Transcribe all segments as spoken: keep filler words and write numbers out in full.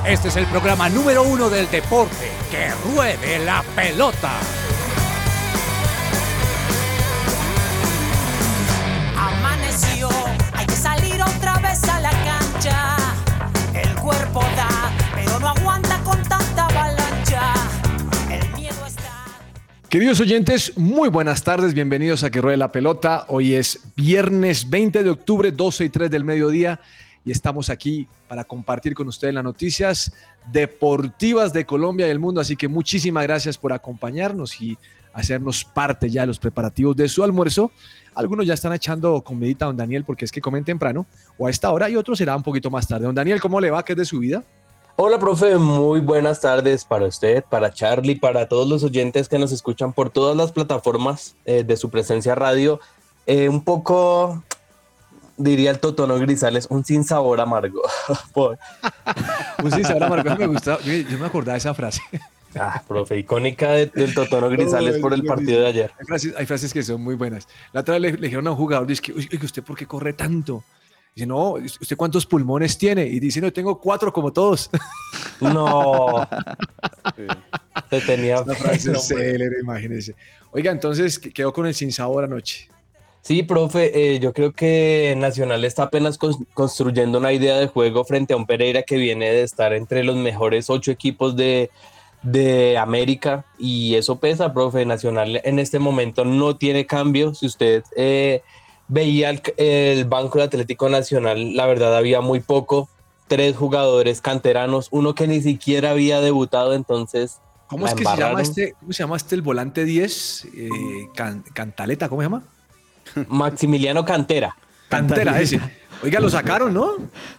Este es el programa número uno del deporte. ¡Que ruede la pelota! Amaneció, hay que salir otra vez a la cancha. El cuerpo da, pero no aguanta con tanta avalancha. El miedo está... Queridos oyentes, muy buenas tardes, bienvenidos a Que Ruede la Pelota. Hoy es viernes veinte de octubre, doce y tres del mediodía, y estamos aquí para compartir con ustedes las noticias deportivas de Colombia y el mundo, así que muchísimas gracias por acompañarnos y hacernos parte ya de los preparativos de su almuerzo. Algunos ya están echando comidita a don Daniel porque es que comen temprano o a esta hora, y otros será un poquito más tarde. Don Daniel, ¿cómo le va? ¿Qué es de su vida? Hola, profe, muy buenas tardes para usted, para Charlie, para todos los oyentes que nos escuchan por todas las plataformas eh, de su presencia radio. Eh, un poco, diría el Totono Grisales, un sinsabor amargo. por... un sinsabor amargo, me gusta, yo, yo me acordaba de esa frase. Ah, profe, icónica de, del Totono Grisales no, por el partido de ayer. Hay frases, hay frases que son muy buenas. La otra vez le, le dijeron a un jugador, dice que, oye, ¿usted por qué corre tanto? Dice, no, ¿usted cuántos pulmones tiene? Y dice, no, tengo cuatro como todos. No. Sí. Se tenía... Una frase no, célere, imagínese. Oiga, entonces, quedó con el sinsabor anoche. Sí, profe, eh, yo creo que Nacional está apenas con, construyendo una idea de juego frente a un Pereira que viene de estar entre los mejores ocho equipos de, de América, y eso pesa, profe. Nacional en este momento no tiene cambio. Si usted... Eh, veía el, el banco del Atlético Nacional, la verdad había muy poco, tres jugadores canteranos, uno que ni siquiera había debutado, entonces ¿Cómo es que se llama este, cómo se llama este el volante diez? Eh, can, Cantaleta, ¿cómo se llama? Maximiliano Cantera. Cantera ese. Oiga, lo sacaron, ¿no?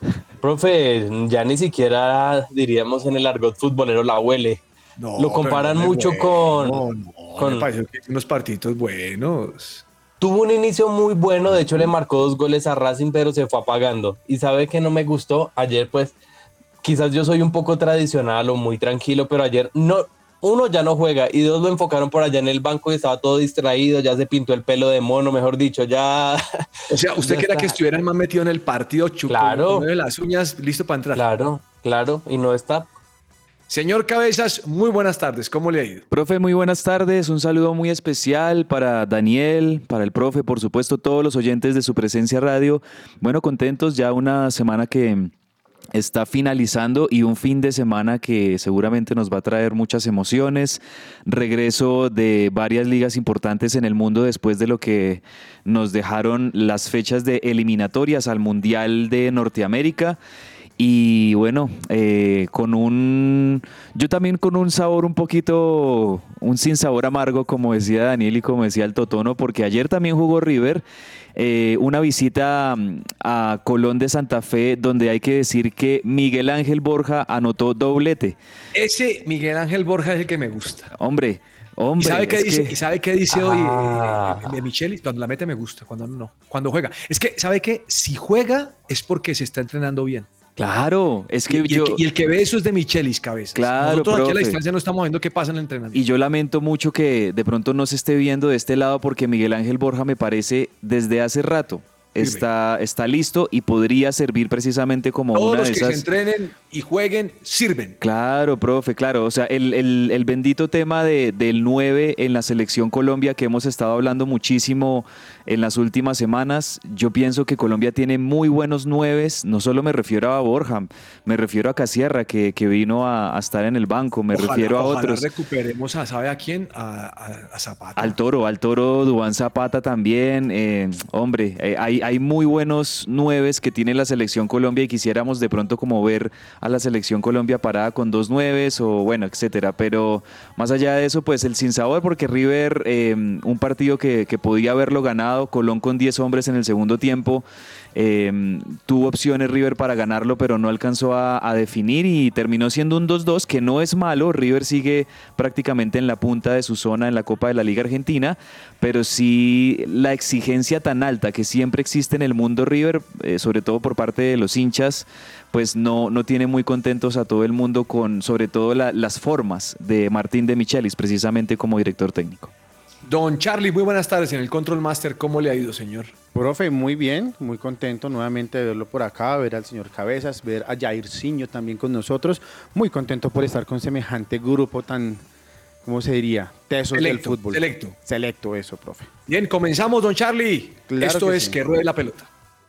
Profe, ya ni siquiera diríamos en el argot futbolero la huele. No, lo comparan no mucho bueno, con... No, no, con... me pareció que unos partidos buenos. Tuvo un inicio muy bueno, de hecho le marcó dos goles a Racing, pero se fue apagando. Y sabe que no me gustó ayer, pues quizás yo soy un poco tradicional o muy tranquilo, pero ayer no, uno ya no juega y dos lo enfocaron por allá en el banco y estaba todo distraído, ya se pintó el pelo de mono, mejor dicho, ya... O sea, usted quería que estuviera más metido en el partido, chupó claro, de las uñas, listo para entrar. Claro, claro, y no está... Señor Cabezas, muy buenas tardes, ¿cómo le ha ido? Profe, muy buenas tardes, un saludo muy especial para Daniel, para el profe, por supuesto, todos los oyentes de su presencia radio. Bueno, contentos, ya una semana que está finalizando y un fin de semana que seguramente nos va a traer muchas emociones. Regreso de varias ligas importantes en el mundo después de lo que nos dejaron las fechas de eliminatorias al Mundial de Norteamérica. Y bueno, eh, con un, yo también con un sabor un poquito, un sinsabor amargo, como decía Daniel y como decía el Totono, porque ayer también jugó River, eh, una visita a Colón de Santa Fe, donde hay que decir que Miguel Ángel Borja anotó doblete. Ese Miguel Ángel Borja es el que me gusta. Hombre, hombre. ¿Y sabe qué dice, que... ¿y sabe qué dice hoy ah. eh, de Michelis? Cuando la mete me gusta, cuando no, cuando juega. Es que, ¿sabe qué? Si juega es porque se está entrenando bien. Claro, es que y, yo... Y el, y el que ve eso es de Michelis, Cabezas. Claro, nosotros profe. Aquí a la distancia no estamos viendo qué pasa en el entrenamiento. Y yo lamento mucho que de pronto no se esté viendo de este lado porque Miguel Ángel Borja me parece desde hace rato está, está listo y podría servir precisamente como Todos una de esas... Todos los que se entrenen y jueguen sirven. Claro, profe, claro. O sea, el, el, el bendito tema de, del nueve en la selección Colombia que hemos estado hablando muchísimo en las últimas semanas. Yo pienso que Colombia tiene muy buenos nueves. No solo me refiero a Borja, me refiero a Casierra que, que vino a, a estar en el banco. Me ojalá, refiero a ojalá otros. recuperemos a, ¿sabe a quién? A, a, a Zapata. Al Toro, al Toro Duván Zapata también. Eh, hombre, eh, hay, hay muy buenos nueves que tiene la selección Colombia y quisiéramos de pronto como ver a la selección Colombia parada con dos nueves o bueno, etcétera. Pero más allá de eso, pues el sinsabor porque River, eh, un partido que, que podía haberlo ganado, Colón con diez hombres en el segundo tiempo, eh, tuvo opciones River para ganarlo, pero no alcanzó a, a definir y terminó siendo un dos dos, que no es malo. River sigue prácticamente en la punta de su zona en la Copa de la Liga Argentina, pero sí la exigencia tan alta que siempre existe en el mundo River, eh, sobre todo por parte de los hinchas, pues no, no tiene muy contentos a todo el mundo con sobre todo la, las formas de Martín de Michelis, precisamente como director técnico. Don Charlie, muy buenas tardes en el Control Master. ¿Cómo le ha ido, señor? Profe, muy bien, muy contento nuevamente de verlo por acá, ver al señor Cabezas, ver a Jairzinho también con nosotros. Muy contento por estar con semejante grupo tan, ¿cómo se diría? Tesos Selecto, del fútbol. selecto. Selecto, eso, profe. Bien, comenzamos, don Charlie. Claro Esto que es sí. Que Ruede la Pelota.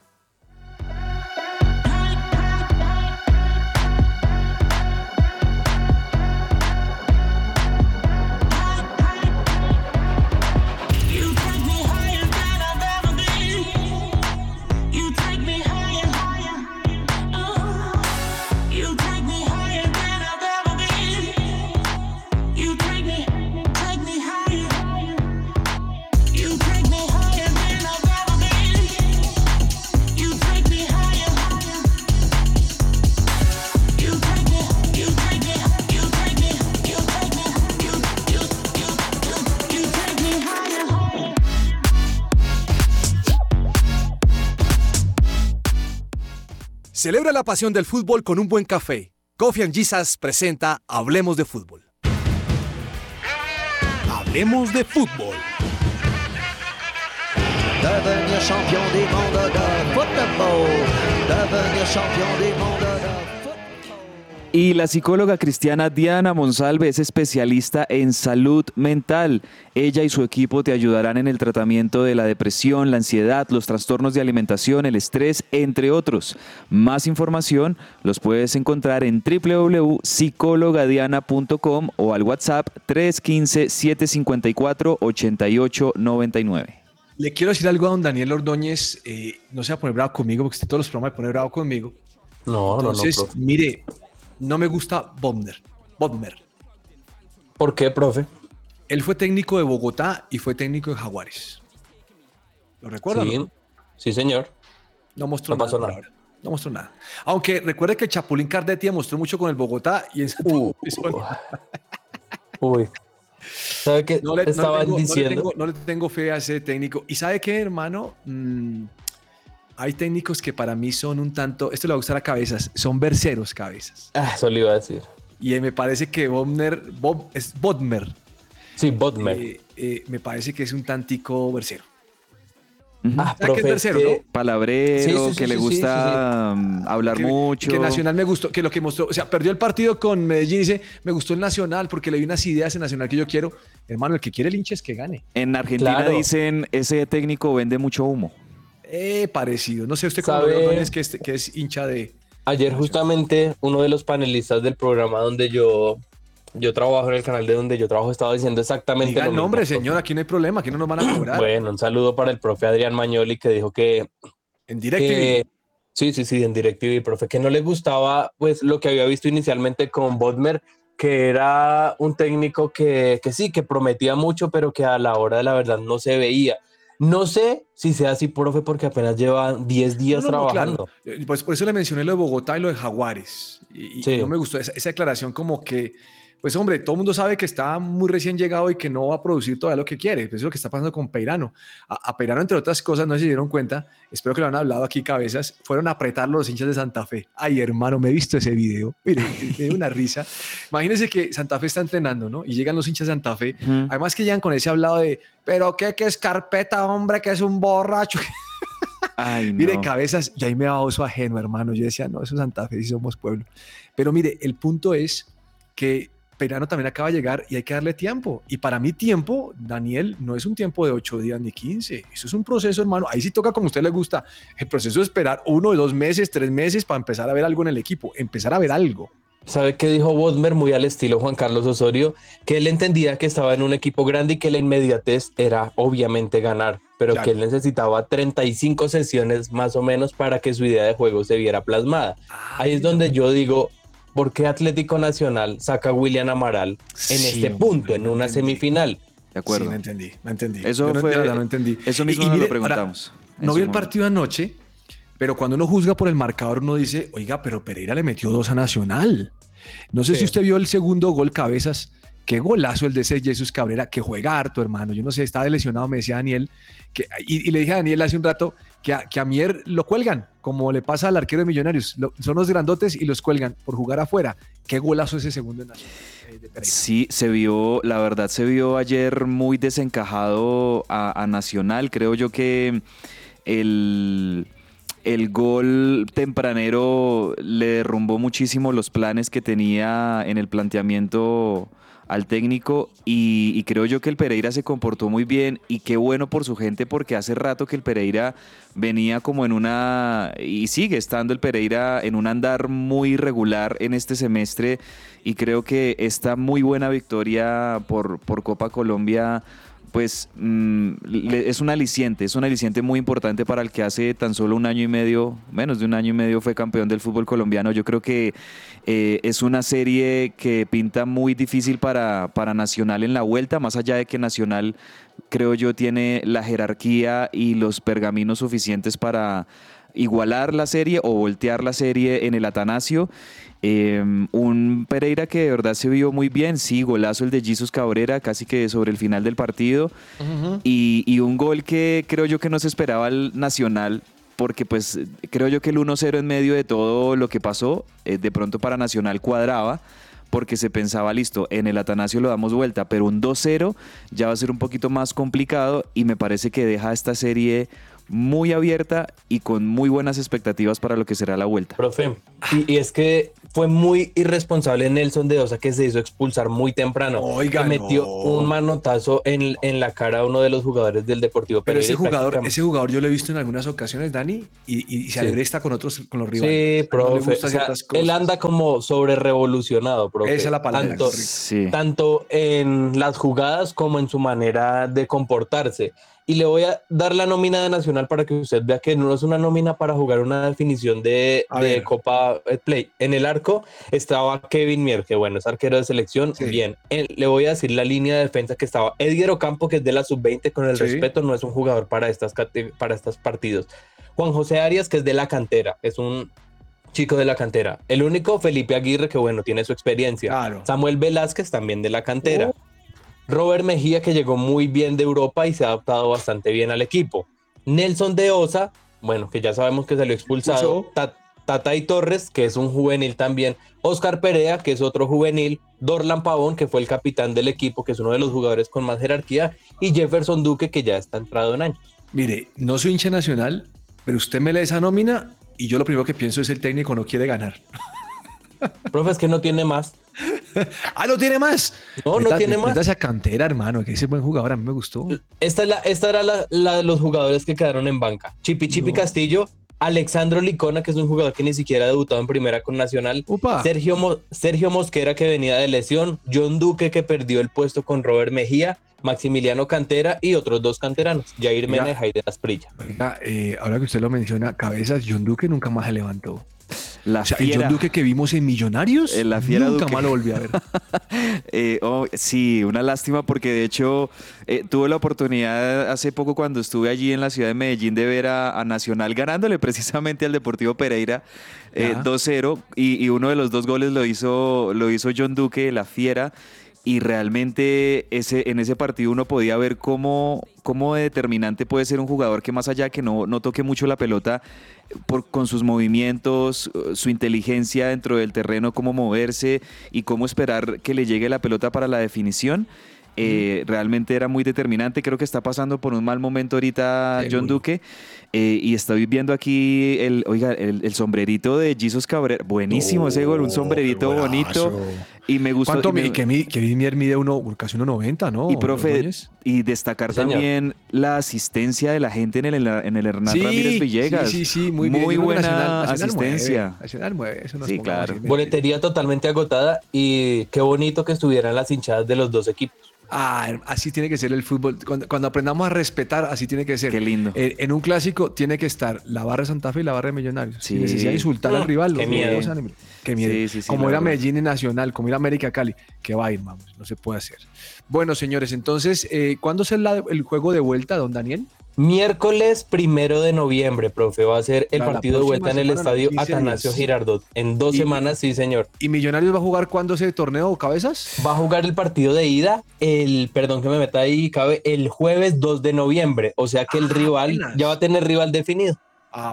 Celebra la pasión del fútbol con un buen café. Coffee and Jesus presenta Hablemos de Fútbol. Hablemos de Fútbol. Devenir champion du monde de football. Devenir champion du monde de football. Y la psicóloga cristiana Diana Monsalve es especialista en salud mental. Ella y su equipo te ayudarán en el tratamiento de la depresión, la ansiedad, los trastornos de alimentación, el estrés, entre otros. Más información los puedes encontrar en doble u doble u doble u punto psicóloga diana punto com o al WhatsApp tres uno cinco, siete cinco cuatro, ocho ocho nueve nueve. Le quiero decir algo a don Daniel Ordóñez. Eh, no se va a poner bravo conmigo porque usted todos los programas me pone bravo conmigo. No, Entonces, no, no, profe. mire, no me gusta Bodmer. Bodmer. ¿Por qué, profe? Él fue técnico de Bogotá y fue técnico de Jaguares. ¿Lo recuerdan? Sí, sí, señor. No mostró No pasó nada. por nada. ahora. No mostró nada. Aunque recuerde que el Chapulín Cardetti mostró mucho con el Bogotá y en Santa Uh, Uy. ¿Sabe qué no, le, no le estaban tengo, no le diciendo? tengo- no le tengo fe a ese técnico. ¿Y sabe qué, hermano? Mm, hay técnicos que para mí son un tanto, esto le va a gustar a Cabezas, son berceros, Cabezas. Ah, eso le iba a decir. Y eh, me parece que Bodmer, Bob, es Bodmer, Sí, Bodmer. eh, eh, me parece que es un tantico bercero. ah, ¿sabe qué es profe, tercero, que- no? Palabrero, Sí, sí, sí, que le sí, sí, gusta um, hablar Que- mucho. Que Nacional me gustó, que lo que mostró, o sea, perdió el partido con Medellín y dice, me gustó el Nacional porque le di unas ideas en Nacional que yo quiero. Hermano, el que quiere el hincha es que gane. En Argentina Claro. dicen, ese técnico vende mucho humo. Eh, parecido. No sé usted cómo ¿Sabe? lo ve, Ordóñez, que, es, que es hincha de... Ayer justamente uno de los panelistas del programa donde yo, yo trabajo, en el canal de donde yo trabajo, estaba diciendo exactamente Diga lo el mismo, nombre, profe. señor, aquí no hay problema, aquí no nos van a cobrar. Bueno, un saludo para el profe Adrián Magnoli que dijo que, En DirecTV. que sí, sí, sí, en DirecTV, profe, que no le gustaba pues lo que había visto inicialmente con Bodmer, que era un técnico que, que sí, que prometía mucho, pero que a la hora de la verdad no se veía. No sé si sea así, profe, porque apenas lleva diez días No, no, no, trabajando. claro. Eh, Pues por eso le mencioné lo de Bogotá y lo de Jaguares. Y, y Sí. no me gustó esa, esa declaración como que, pues hombre, todo el mundo sabe que está muy recién llegado y que no va a producir todavía lo que quiere. Pues eso es lo que está pasando con Peirano. A, a Peirano, entre otras cosas, no sé si se dieron cuenta, espero que lo han hablado aquí, Cabezas, fueron a apretarlo los hinchas de Santa Fe. Ay, hermano, me he visto ese video. Mire, me dio una risa. Imagínense que Santa Fe está entrenando, ¿no? Y llegan los hinchas de Santa Fe. Ujú. Además que llegan con ese hablado de, pero qué, qué es carpeta, hombre, que es un borracho. Ay, no. Mire, Cabezas, y ahí me daba oso ajeno, hermano. Yo decía, no, eso es Santa Fe, sí somos pueblo. Pero mire, el punto es que Peirano también acaba de llegar y hay que darle tiempo. Y para mí tiempo, Daniel, no es un tiempo de ocho días ni quince. Eso es un proceso, hermano. Ahí sí toca como a usted le gusta. El proceso es esperar uno, dos meses, tres meses para empezar a ver algo en el equipo. Empezar a ver algo. ¿Sabe qué dijo Bodmer muy al estilo Juan Carlos Osorio? Que él entendía que estaba en un equipo grande y que la inmediatez era obviamente ganar, pero Claro. que él necesitaba treinta y cinco sesiones más o menos para que su idea de juego se viera plasmada. Ahí es donde yo digo, ¿por qué Atlético Nacional saca a William Amaral en Sí, este hombre, punto, en no una entendí. semifinal? De acuerdo. Sí, no entendí, no entendí. Eso Yo no, fue- de verdad no entendí. eso mismo Y- y nos lo mire, preguntamos ahora, en no su vi el momento. partido anoche, pero cuando uno juzga por el marcador, uno dice, oiga, pero Pereira le metió dos a Nacional. No sé Sí. si usted vio el segundo gol, Cabezas. Qué golazo el de ese Jesús Cabrera, que juega harto, hermano. Yo no sé, estaba lesionado, me decía Daniel. Que, y, y le dije a Daniel hace un rato que a, que a Mier lo cuelgan, como le pasa al arquero de Millonarios. Lo- son los grandotes y los cuelgan por jugar afuera. Qué golazo ese segundo en Nacional. Eh, de Pereira. Sí, se vio, la verdad se vio ayer muy desencajado a, a Nacional. Creo yo que el, el gol tempranero le derrumbó muchísimo los planes que tenía en el planteamiento al técnico y, y creo yo que el Pereira se comportó muy bien y qué bueno por su gente porque hace rato que el Pereira venía como en una, y sigue estando el Pereira en un andar muy irregular en este semestre y creo que esta muy buena victoria por, por Copa Colombia pues mmm, le, es un aliciente, es un aliciente muy importante para el que hace tan solo un año y medio, menos de un año y medio fue campeón del fútbol colombiano. Yo creo que eh, es una serie que pinta muy difícil para, para Nacional en la vuelta, más allá de que Nacional, creo yo, tiene la jerarquía y los pergaminos suficientes para igualar la serie o voltear la serie en el Atanasio. Eh, un Pereira que de verdad se vio muy bien, sí, golazo el de Jesus Cabrera casi que sobre el final del partido uh-huh. y, y un gol que creo yo que no se esperaba al Nacional porque pues creo yo que el uno cero en medio de todo lo que pasó eh, de pronto para Nacional cuadraba porque se pensaba listo, en el Atanasio lo damos vuelta, pero un dos cero ya va a ser un poquito más complicado y me parece que deja esta serie muy abierta y con muy buenas expectativas para lo que será la vuelta. Profe, y, y es que fue muy irresponsable Nelson de Osa que se hizo expulsar muy temprano. Oiga, que metió no. un manotazo en, en la cara a uno de los jugadores del Deportivo Pero Pereira. ese jugador, ese jugador yo lo he visto en algunas ocasiones, Dani, y, y se sí. alegresta con otros, con los rivales. Sí, profe. No o sea, él anda como sobre revolucionado, profe. Esa es la palabra. Tanto, sí. tanto en las jugadas como en su manera de comportarse. Y le voy a dar la nómina de Nacional para que usted vea que no es una nómina para jugar una definición de, de Copa Play. En el arco estaba Kevin Mier, que bueno, es arquero de selección. Sí. Bien, en, le voy a decir la línea de defensa que estaba Edgar Ocampo, que es de la sub veinte, con el sí. respeto, no es un jugador para, estas, para estos partidos. Juan José Arias, que es de la cantera, es un chico de la cantera. El único, Felipe Aguirre, que bueno, tiene su experiencia. Claro. Samuel Velázquez, también de la cantera. Uh. Robert Mejía, que llegó muy bien de Europa y se ha adaptado bastante bien al equipo. Nelson de Osa, bueno, que ya sabemos que salió expulsado. Ta- Tatay Torres, que es un juvenil también. Oscar Perea, que es otro juvenil. Dorlan Pavón, que fue el capitán del equipo, que es uno de los jugadores con más jerarquía. Y Jefferson Duque, que ya está entrado en años. Mire, no soy hincha Nacional, pero usted me lee esa nómina y yo lo primero que pienso es el técnico no quiere ganar. Profe, es que no tiene más. Ah, ¿no tiene más? No, no tiene más. Esa cantera, hermano, que ese buen jugador, a mí me gustó. Esta, es la, esta era la, la de los jugadores que quedaron en banca. Chipi Chipi no. Castillo, Alexandro Licona, que es un jugador que ni siquiera ha debutado en primera con Nacional. Sergio, Mo, Sergio Mosquera, que venía de lesión. John Duque, que perdió el puesto con Robert Mejía. Maximiliano Cantera y otros dos canteranos, Jair Mena y Jair Asprilla. Oiga, eh, ahora que usted lo menciona, Cabezas, John Duque nunca más se levantó. La o sea, fiera. El John Duque que vimos en Millonarios, en la fiera nunca Duque. más lo volví a ver. eh, oh, sí, una lástima porque de hecho eh, tuve la oportunidad hace poco cuando estuve allí en la ciudad de Medellín de ver a, a Nacional ganándole precisamente al Deportivo Pereira eh, dos cero y, y uno de los dos goles lo hizo, lo hizo John Duque, la fiera. Y realmente ese, en ese partido uno podía ver cómo, cómo determinante puede ser un jugador que más allá de que no, no toque mucho la pelota, por, con sus movimientos, su inteligencia dentro del terreno, cómo moverse y cómo esperar que le llegue la pelota para la definición. Eh, realmente era muy determinante. Creo que está pasando por un mal momento ahorita John Duque eh, y estoy viendo aquí el, oiga, el, el sombrerito de Jesus Cabrera, buenísimo oh, ese gol, un sombrerito bonito y me gustó. ¿Cuánto y me, mide? Que, mi, que Mier mide uno, casi uno noventa, ¿no? Y profe, y destacar Señor. también la asistencia de la gente en el, en el Hernán sí, Ramírez Villegas. Sí, sí, sí, muy, muy bien. buena Nacional, Nacional asistencia. Mueve, Nacional mueve, eso nos sí, claro. Así, boletería totalmente agotada y qué bonito que estuvieran las hinchadas de los dos equipos. Ah, así tiene que ser el fútbol. Cuando, cuando aprendamos a respetar, así tiene que ser. Qué lindo. Eh, en un clásico tiene que estar la barra de Santa Fe y la barra de Millonarios. Sí. Sin necesidad de insultar al rival. Qué miedo. Los, qué miedo. Sí, sí, sí, como ir a verdad. Medellín y Nacional, como ir a América Cali. Que va a ir, vamos. No se puede hacer. Bueno, señores, entonces, eh, ¿cuándo es el, el juego de vuelta, don Daniel? Miércoles primero de noviembre, profe, va a ser el Claro, partido de vuelta en el estadio Atanasio días. Girardot. En dos y, semanas, sí, señor. ¿Y Millonarios va a jugar cuándo ese torneo, Cabezas? Va a jugar el partido de ida, el, perdón que me meta ahí, cabe, el jueves dos de noviembre. O sea que el ah, rival apenas. ya va a tener rival definido. Ah, bueno,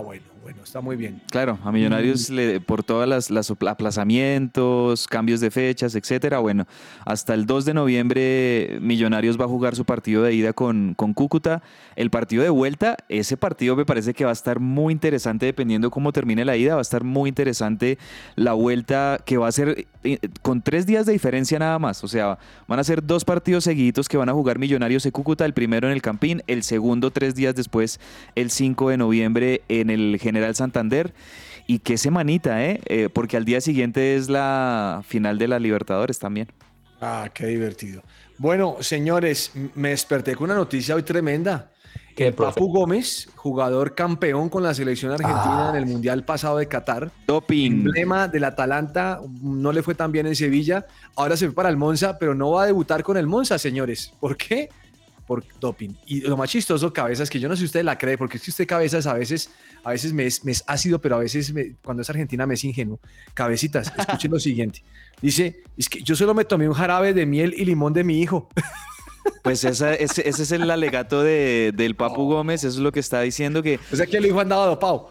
bueno, está muy bien. Claro, a Millonarios mm. le, por todas las, las aplazamientos, cambios de fechas, etcétera. Bueno, hasta el dos de noviembre Millonarios va a jugar su partido de ida con, con Cúcuta. El partido de vuelta, ese partido me parece que va a estar muy interesante dependiendo cómo termine la ida. Va a estar muy interesante la vuelta, que va a ser eh, con tres días de diferencia nada más. O sea, van a ser dos partidos seguiditos que van a jugar Millonarios y Cúcuta. El primero en el Campín, el segundo tres días después, el cinco de noviembre en el General Santander. Y qué semanita, ¿eh? ¿eh? Porque al día siguiente es la final de la Libertadores también. Ah, qué divertido. Bueno, señores, me desperté con una noticia hoy tremenda. El Papu Gómez, jugador campeón con la selección argentina ah. en el Mundial pasado de Qatar. Doping. Emblema del Atalanta, no le fue tan bien en Sevilla. Ahora se fue para el Monza, pero no va a debutar con el Monza, señores. ¿Por qué? Por doping. Y lo más chistoso, Cabezas, que yo no sé si usted la cree, porque es que usted, Cabezas, a veces, a veces me, es, me es ácido, pero a veces me, cuando es argentina me es ingenuo. Cabecitas, escuchen lo siguiente. Dice, es que yo solo me tomé un jarabe de miel y limón de mi hijo. Pues esa, ese, ese es el alegato de, del Papu Gómez, eso es lo que está diciendo que... O sea que el hijo andaba dopado.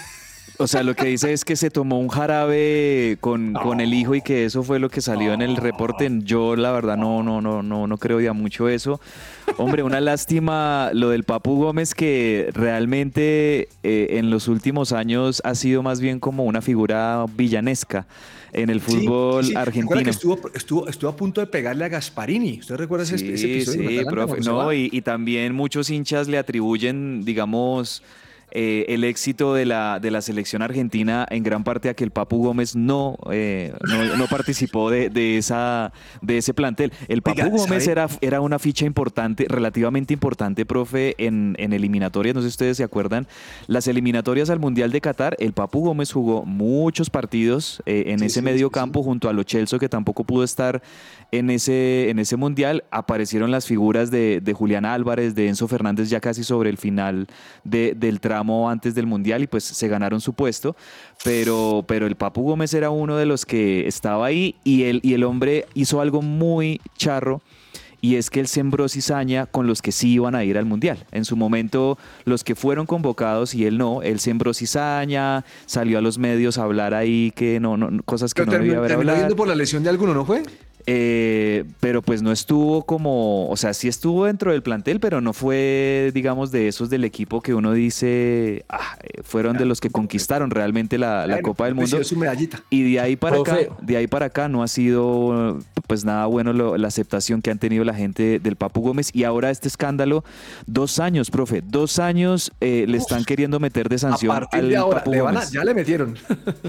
O sea, lo que dice es que se tomó un jarabe con, no. con el hijo y que eso fue lo que salió no. en el reporte. Yo la verdad no, no, no, no, no creo ya mucho eso. Hombre, una lástima lo del Papu Gómez, que realmente eh, en los últimos años ha sido más bien como una figura villanesca en el fútbol sí, sí. argentino. Que estuvo, estuvo, estuvo a punto de pegarle a Gasparini. ¿Usted recuerda ese, sí, ese episodio? Sí, profe. No, y, y también muchos hinchas le atribuyen, digamos... Eh, el éxito de la, de la selección argentina en gran parte a que el Papu Gómez no, eh, no, no participó de, de, esa, de ese plantel. El Papu Oiga, Gómez era, era una ficha importante, relativamente importante, profe, en, en eliminatorias. No sé si ustedes se acuerdan. Las eliminatorias al Mundial de Qatar, el Papu Gómez jugó muchos partidos eh, en sí, ese sí, medio sí, campo sí. junto a Lo Celso, que tampoco pudo estar en ese, en ese Mundial. Aparecieron las figuras de, de Julián Álvarez, de Enzo Fernández ya casi sobre el final de, del tramo antes del Mundial y pues se ganaron su puesto, pero, pero el Papu Gómez era uno de los que estaba ahí y el, y el hombre hizo algo muy charro, y es que él sembró cizaña con los que sí iban a ir al Mundial. En su momento, los que fueron convocados y él no, él sembró cizaña, salió a los medios a hablar ahí que no, no cosas que pero no debía haber hablado. ¿Terminó yendo por la lesión de alguno, no fue? Eh, pero pues no estuvo como, o sea, sí estuvo dentro del plantel, pero no fue, digamos, de esos del equipo que uno dice, ah, fueron de los que conquistaron realmente la, la Copa del Mundo. Su medallita. Y de ahí para acá, de ahí para acá no ha sido pues nada bueno lo, la aceptación que han tenido la gente del Papu Gómez. Y ahora este escándalo, dos años, profe, dos años eh, le están queriendo meter de sanción a partir al de ahora, Papu le van a, Gómez. ya le metieron.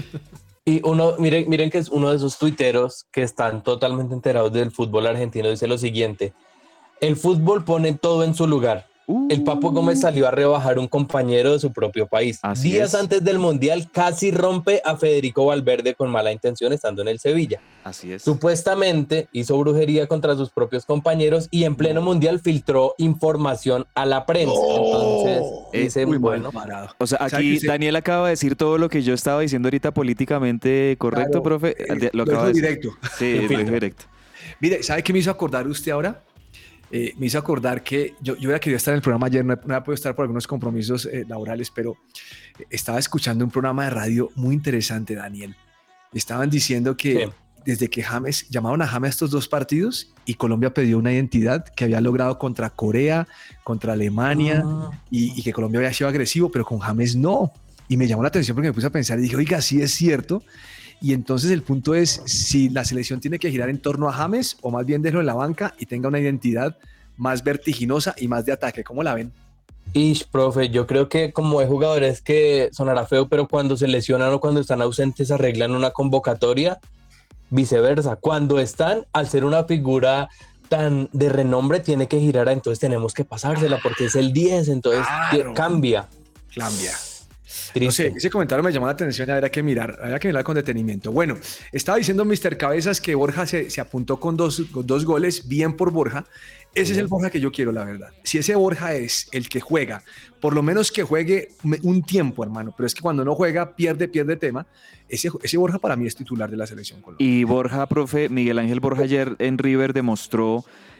Y uno, miren, miren que es uno de esos tuiteros que están totalmente enterados del fútbol argentino. Dice lo siguiente: el fútbol pone todo en su lugar. Uh, el Papu Gómez salió a rebajar un compañero de su propio país. Días es. antes del Mundial casi rompe a Federico Valverde con mala intención estando en el Sevilla. Así es. Supuestamente hizo brujería contra sus propios compañeros y en pleno Mundial filtró información a la prensa. Oh, Entonces, dice, muy bueno. Parado. O sea, aquí o sea, Daniel se... acaba de decir todo lo que yo estaba diciendo ahorita políticamente correcto, claro, profe. Eh, lo lo acaba de directo. Sí, lo directo. Mire, ¿sabe qué me hizo acordar usted ahora? Eh, me hizo acordar que yo, yo hubiera querido estar en el programa ayer, no, no había podido estar por algunos compromisos eh, laborales, pero estaba escuchando un programa de radio muy interesante, Daniel. Estaban diciendo que sí. desde que James, llamaron a James a estos dos partidos y Colombia pidió una identidad que había logrado contra Corea, contra Alemania ah. y, y que Colombia había sido agresivo, pero con James no. Y me llamó la atención porque me puse a pensar y dije, oiga, sí es cierto. Y entonces el punto es si la selección tiene que girar en torno a James o más bien dejarlo en la banca y tenga una identidad más vertiginosa y más de ataque. ¿Cómo la ven? Ish, profe, yo creo que como hay jugadores que sonará feo, pero cuando se lesionan o cuando están ausentes arreglan una convocatoria, viceversa. Cuando están, al ser una figura tan de renombre, tiene que girar, entonces tenemos que pasársela porque es el diez, entonces claro. cambia. Cambia. No sé, ese comentario me llamó la atención y habría que mirar, habría que mirar con detenimiento. Bueno, estaba diciendo mister Cabezas que Borja se, se apuntó con dos, con dos goles, bien por Borja. Ese sí. es el Borja que yo quiero, la verdad. Si ese Borja es el que juega, por lo menos que juegue un tiempo, hermano, pero es que cuando no juega, pierde, pierde tema. Ese, ese Borja para mí es titular de la selección colombiana. Y Borja, profe, Miguel Ángel Borja ayer en River demostró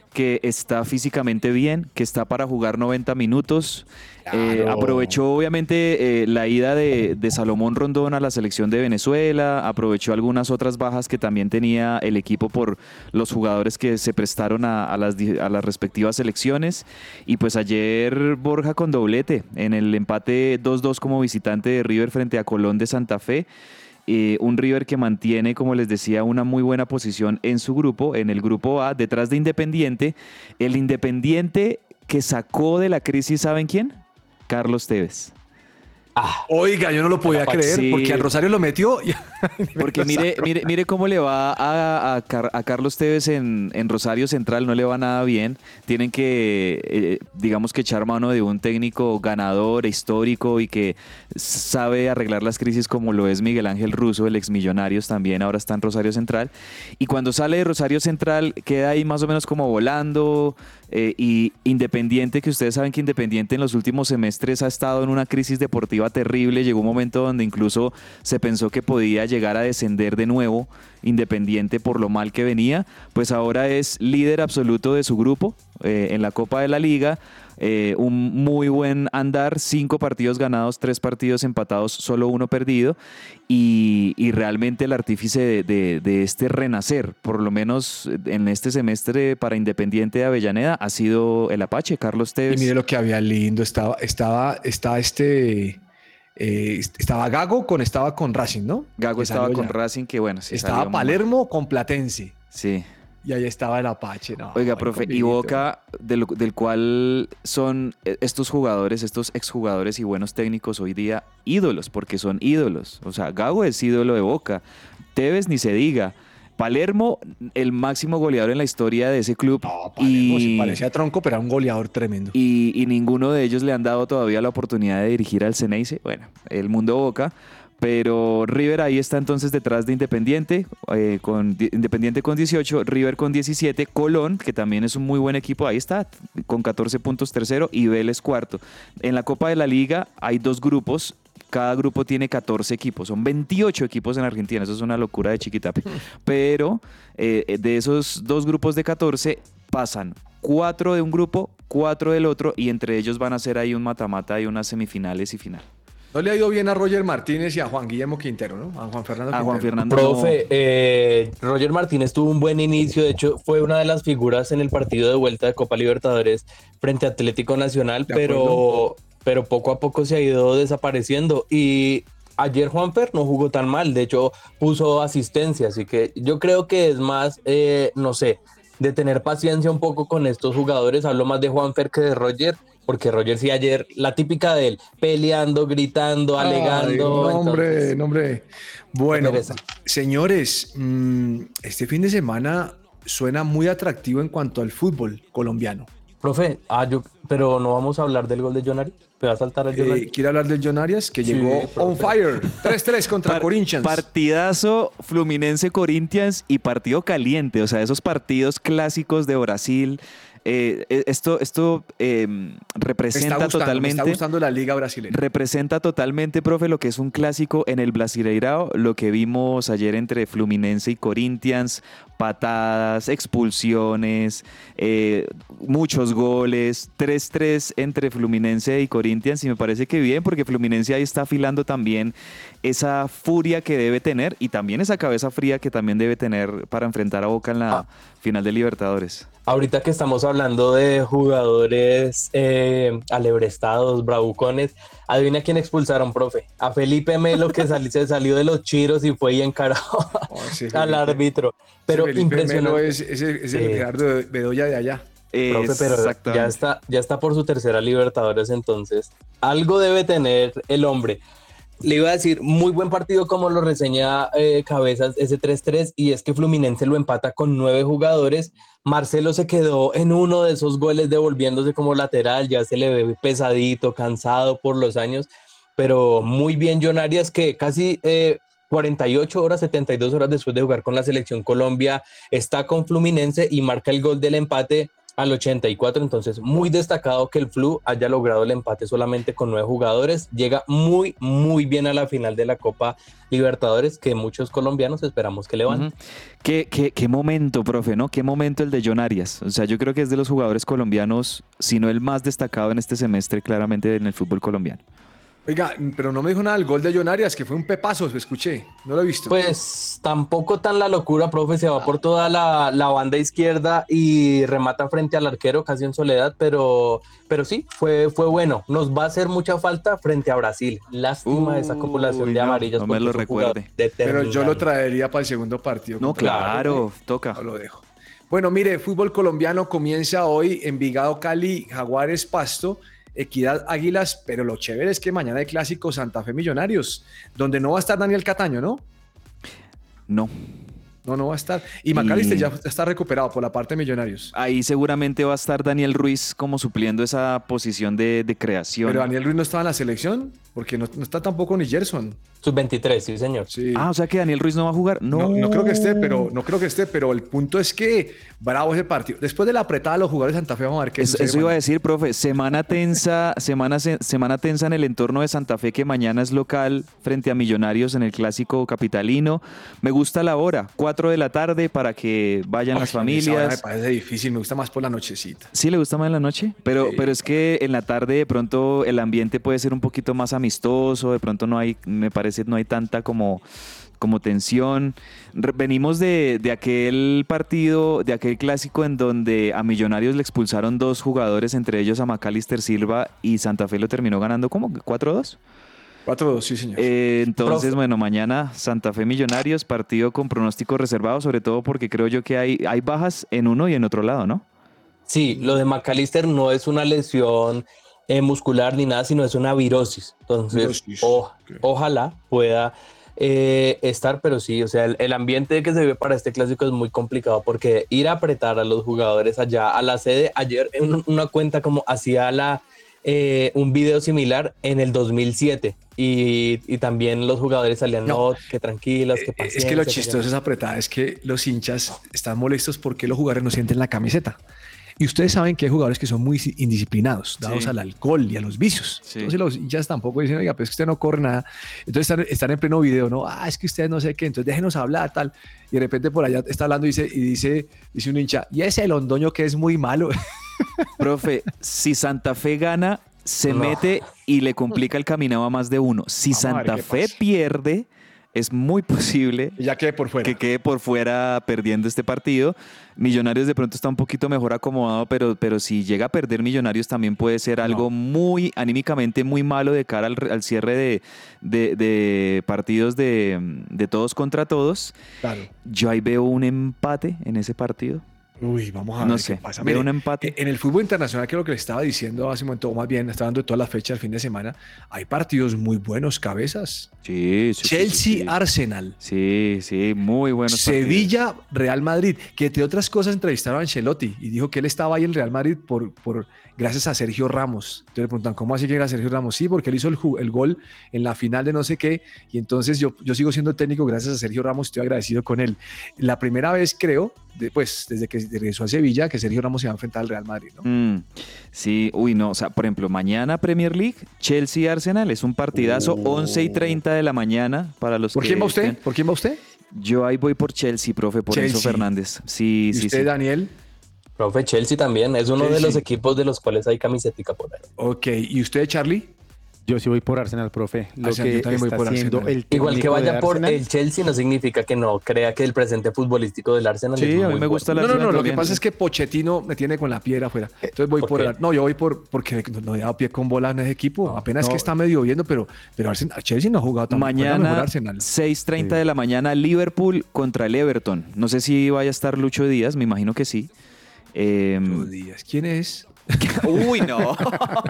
que está físicamente bien, que está para jugar noventa minutos. Eh, aprovechó obviamente eh, la ida de, de Salomón Rondón a la selección de Venezuela, aprovechó algunas otras bajas que también tenía el equipo por los jugadores que se prestaron a, a, las, a las respectivas selecciones, y pues ayer Borja con doblete en el empate dos dos como visitante de River frente a Colón de Santa Fe. Eh, un River que mantiene, como les decía, una muy buena posición en su grupo, en el grupo A, detrás de Independiente. El Independiente que sacó de la crisis, ¿saben quién? Carlos Tevez. Ah, Oiga, yo no lo podía creer, sí, porque al Rosario lo metió. Y porque mire, mire, mire cómo le va a, a, a Carlos Tevez en, en Rosario Central, no le va nada bien. Tienen que, eh, digamos que echar mano de un técnico ganador, histórico y que sabe arreglar las crisis como lo es Miguel Ángel Russo, el ex Millonarios, también ahora está en Rosario Central. Y cuando sale de Rosario Central queda ahí más o menos como volando. Eh, y Independiente, que ustedes saben que Independiente en los últimos semestres ha estado en una crisis deportiva terrible. Llegó un momento donde incluso se pensó que podía llegar a descender de nuevo Independiente por lo mal que venía. Pues ahora es líder absoluto de su grupo eh, en la Copa de la Liga. Eh, un muy buen andar, cinco partidos ganados, tres partidos empatados, solo uno perdido, y, y realmente el artífice de, de, de este renacer, por lo menos en este semestre para Independiente de Avellaneda, ha sido el Apache, Carlos Tevez. Y mire lo que había lindo, estaba, estaba, estaba este... Eh, estaba Gago con, estaba con Racing, ¿no? Gago estaba con Racing, que bueno, sí, estaba Palermo muy... con Platense. Sí. Y ahí estaba el Apache. No, Oiga, profe, y Boca, del, del cual son estos jugadores, estos exjugadores y buenos técnicos hoy día ídolos, porque son ídolos. O sea, Gago es ídolo de Boca, Tevez ni se diga. Palermo, el máximo goleador en la historia de ese club. No, Palermo y, sí parecía tronco, pero era un goleador tremendo. Y, y ninguno de ellos le han dado todavía la oportunidad de dirigir al Xeneize. Bueno, el mundo Boca. Pero River ahí está entonces detrás de Independiente, eh, con Independiente con dieciocho, River con diecisiete, Colón, que también es un muy buen equipo, ahí está, con catorce puntos tercero, y Vélez cuarto. En la Copa de la Liga hay dos grupos, cada grupo tiene catorce equipos, son veintiocho equipos en Argentina, eso es una locura de chiquitape. Pero eh, de esos dos grupos de catorce pasan cuatro de un grupo, cuatro del otro, y entre ellos van a ser ahí un mata-mata y unas semifinales y final. No le ha ido bien a Roger Martínez y a Juan Guillermo Quintero, ¿no? A Juan Fernando a Quintero. Juan Fernando. Profe, eh, Roger Martínez tuvo un buen inicio. De hecho, fue una de las figuras en el partido de vuelta de Copa Libertadores frente a Atlético Nacional, pero, pero poco a poco se ha ido desapareciendo. Y ayer Juanfer no jugó tan mal. De hecho, puso asistencia. Así que yo creo que es más, eh, no sé, de tener paciencia un poco con estos jugadores. Hablo más de Juanfer que de Roger. Porque Roger sí ayer, la típica de él, peleando, gritando, Ay, alegando. No, hombre, entonces, no, hombre. Bueno, señores, mmm, este fin de semana suena muy atractivo en cuanto al fútbol colombiano. Profe, ah, yo, pero no vamos a hablar del gol de John Arias. ¿Me va a saltar el John Arias? Eh, ¿Quiere hablar del John Arias? Que Sí, llegó profe. on fire. tres tres contra Par- Corinthians. Partidazo Fluminense-Corinthians y partido caliente, o sea, esos partidos clásicos de Brasil. Eh, esto esto eh, representa me está gustando, totalmente. Me está gustando la liga brasileña. Representa totalmente, profe, lo que es un clásico en el Brasileirao, lo que vimos ayer entre Fluminense y Corinthians, patadas, expulsiones, eh, muchos goles, tres tres entre Fluminense y Corinthians, y me parece que bien, porque Fluminense ahí está afilando también esa furia que debe tener y también esa cabeza fría que también debe tener para enfrentar a Boca en la Ah. final de Libertadores. Ahorita que estamos hablando de jugadores eh, alebrestados, bravucones, adivina quién expulsaron, profe. A Felipe Melo, que sali- se salió de los chiros y fue y encaró Oh, sí, al Felipe. árbitro. Pero Ese Felipe Melo impresionante. es, es, el- es el Sí. Gerardo Bedoya de allá. Profe, pero Exactamente. ya está, ya está por su tercera Libertadores, entonces algo debe tener el hombre. Le iba a decir, muy buen partido como lo reseña eh, Cabezas, ese tres tres, y es que Fluminense lo empata con nueve jugadores. Marcelo se quedó en uno de esos goles devolviéndose como lateral, ya se le ve pesadito, cansado por los años, pero muy bien John Arias, que casi eh, cuarenta y ocho horas, setenta y dos horas después de jugar con la selección Colombia, está con Fluminense y marca el gol del empate. al ochenta y cuatro, entonces muy destacado que el Flu haya logrado el empate solamente con nueve jugadores, llega muy muy bien a la final de la Copa Libertadores, que muchos colombianos esperamos que levanten. Uh-huh. ¿Qué, qué, qué momento, profe, ¿no? Qué momento el de John Arias. O sea, yo creo que es de los jugadores colombianos, si no el más destacado en este semestre, claramente en el fútbol colombiano. Oiga, pero no me dijo nada del gol de John Arias, que fue un pepazo, escuché, no lo he visto. Pues tampoco tan la locura, profe, se va por toda la, la banda izquierda y remata frente al arquero casi en soledad, pero, pero sí, fue, fue bueno. Nos va a hacer mucha falta frente a Brasil. Lástima Uy, esa acumulación de no, amarillos. no me lo recuerde. Pero yo lo traería para el segundo partido. No, claro, toca. No lo dejo. Bueno, mire, fútbol colombiano comienza hoy, Envigado, Cali, Jaguares, Pasto, Equidad, Águilas, pero lo chévere es que mañana hay clásico Santa Fe Millonarios, donde no va a estar Daniel Cataño, ¿no? No. No, no va a estar. Y McAllister y... ya está recuperado por la parte de Millonarios. Ahí seguramente va a estar Daniel Ruiz como supliendo esa posición de, de creación. Pero Daniel Ruiz no estaba en la selección, porque no, no está tampoco ni Gerson. sub veintitrés, sí, señor. Sí. Ah, o sea que Daniel Ruiz no va a jugar. No. No, no creo que esté, pero no creo que esté, pero el punto es que bravo ese partido. Después de la apretada de los jugadores de Santa Fe, vamos a ver qué Eso, sucede. Eso iba a decir, profe, semana tensa, semana, semana tensa en el entorno de Santa Fe, que mañana es local frente a Millonarios en el clásico capitalino. Me gusta la hora, cuatro de la tarde para que vayan Ay, las familias. Me parece difícil, me gusta más por la nochecita. ¿Sí le gusta más en la noche? Pero, sí. pero es que en la tarde de pronto el ambiente puede ser un poquito más amistoso, de pronto no hay, me parece, no hay tanta como, como tensión. Venimos de, de aquel partido, de aquel clásico en donde a Millonarios le expulsaron dos jugadores, entre ellos a McAllister Silva, y Santa Fe lo terminó ganando como cuatro dos. cuatro dos, sí, señor. Eh, entonces, bueno, mañana Santa Fe Millonarios, partido con pronóstico reservado, sobre todo porque creo yo que hay, hay bajas en uno y en otro lado, ¿no? Sí, lo de McAllister no es una lesión eh, muscular ni nada, sino es una virosis. Entonces, virosis. O, Okay. ojalá pueda eh, estar, pero sí, o sea, el, el ambiente que se ve para este clásico es muy complicado porque ir a apretar a los jugadores allá a la sede, ayer en una cuenta como hacía la... Eh, un video similar en el dos mil siete y, y también los jugadores salían, no, no que tranquilos, que paciencia. Es que lo chistoso es apretada, es que los hinchas están molestos porque los jugadores no sienten la camiseta. Y ustedes saben que hay jugadores que son muy indisciplinados, dados sí. al alcohol y a los vicios. Sí. Entonces los hinchas tampoco dicen, oiga, pues que usted no corre nada. Entonces están, están en pleno video, ¿no? Ah, es que ustedes no sé qué, entonces déjenos hablar, tal. Y de repente por allá está hablando y dice, y dice, dice un hincha, y ese Londoño que es muy malo. Profe, si Santa Fe gana, se no. mete y le complica el caminado a más de uno. Si Vamos Santa Fe pasa. pierde, es muy posible ya quede por fuera. que quede por fuera perdiendo este partido. Millonarios de pronto está un poquito mejor acomodado, pero, pero si llega a perder Millonarios también puede ser algo no. muy anímicamente muy malo de cara al, al cierre de, de, de partidos de, de todos contra todos. Claro. Yo ahí veo un empate en ese partido. Uy, vamos a ver no qué sé, pasa. Veo Mire, un empate. En el fútbol internacional, que es lo que le estaba diciendo hace un momento, o más bien, estaba dando todas las fechas del fin de semana, hay partidos muy buenos, cabezas. Sí, sí. Chelsea, sí, sí. Arsenal. Sí, sí, muy buenos Sevilla, partidos. Real Madrid, que entre otras cosas entrevistaron a Ancelotti y dijo que él estaba ahí en Real Madrid por, por, gracias a Sergio Ramos. Entonces le preguntan, ¿cómo así que era Sergio Ramos? Sí, porque él hizo el, el gol en la final de no sé qué, y entonces yo, yo sigo siendo técnico gracias a Sergio Ramos, estoy agradecido con él. La primera vez, creo, de, pues desde que regresó a Sevilla, que Sergio Ramos se va a enfrentar al Real Madrid, ¿no? Mm, sí, uy, no, o sea, por ejemplo, mañana Premier League, Chelsea-Arsenal, es un partidazo, oh. once y treinta de la mañana para los ¿Por que... quién va usted? Estén. ¿Por quién va usted? Yo ahí voy por Chelsea, profe, por Chelsea. Enzo Fernández. Sí, ¿Y sí, usted, sí. Daniel? Profe, Chelsea también, es uno Chelsea. de los equipos de los cuales hay camisetica por ahí. Ok, ¿y usted, Charlie? Yo sí voy por Arsenal, profe. Lo Arsenal, yo que también voy está por haciendo Arsenal. el Igual que vaya por Arsenal. el Chelsea no significa que no crea que el presente futbolístico del Arsenal Sí, es muy a mí me bueno. gusta la No, no, no, Arsenal lo que también. pasa es que Pochettino me tiene con la piedra afuera. Entonces voy ¿Por por... qué? el- no, yo voy por... porque no he dado pie con bola en ese equipo. Apenas no. que está medio viendo, pero, pero Arsenal, Chelsea no ha jugado tan juega mejor Mañana, Arsenal. seis y treinta Sí. de la mañana, Liverpool contra el Everton. No sé si vaya a estar Lucho Díaz, me imagino que sí. Eh, Los días. ¿Quién es? Uy, no. no,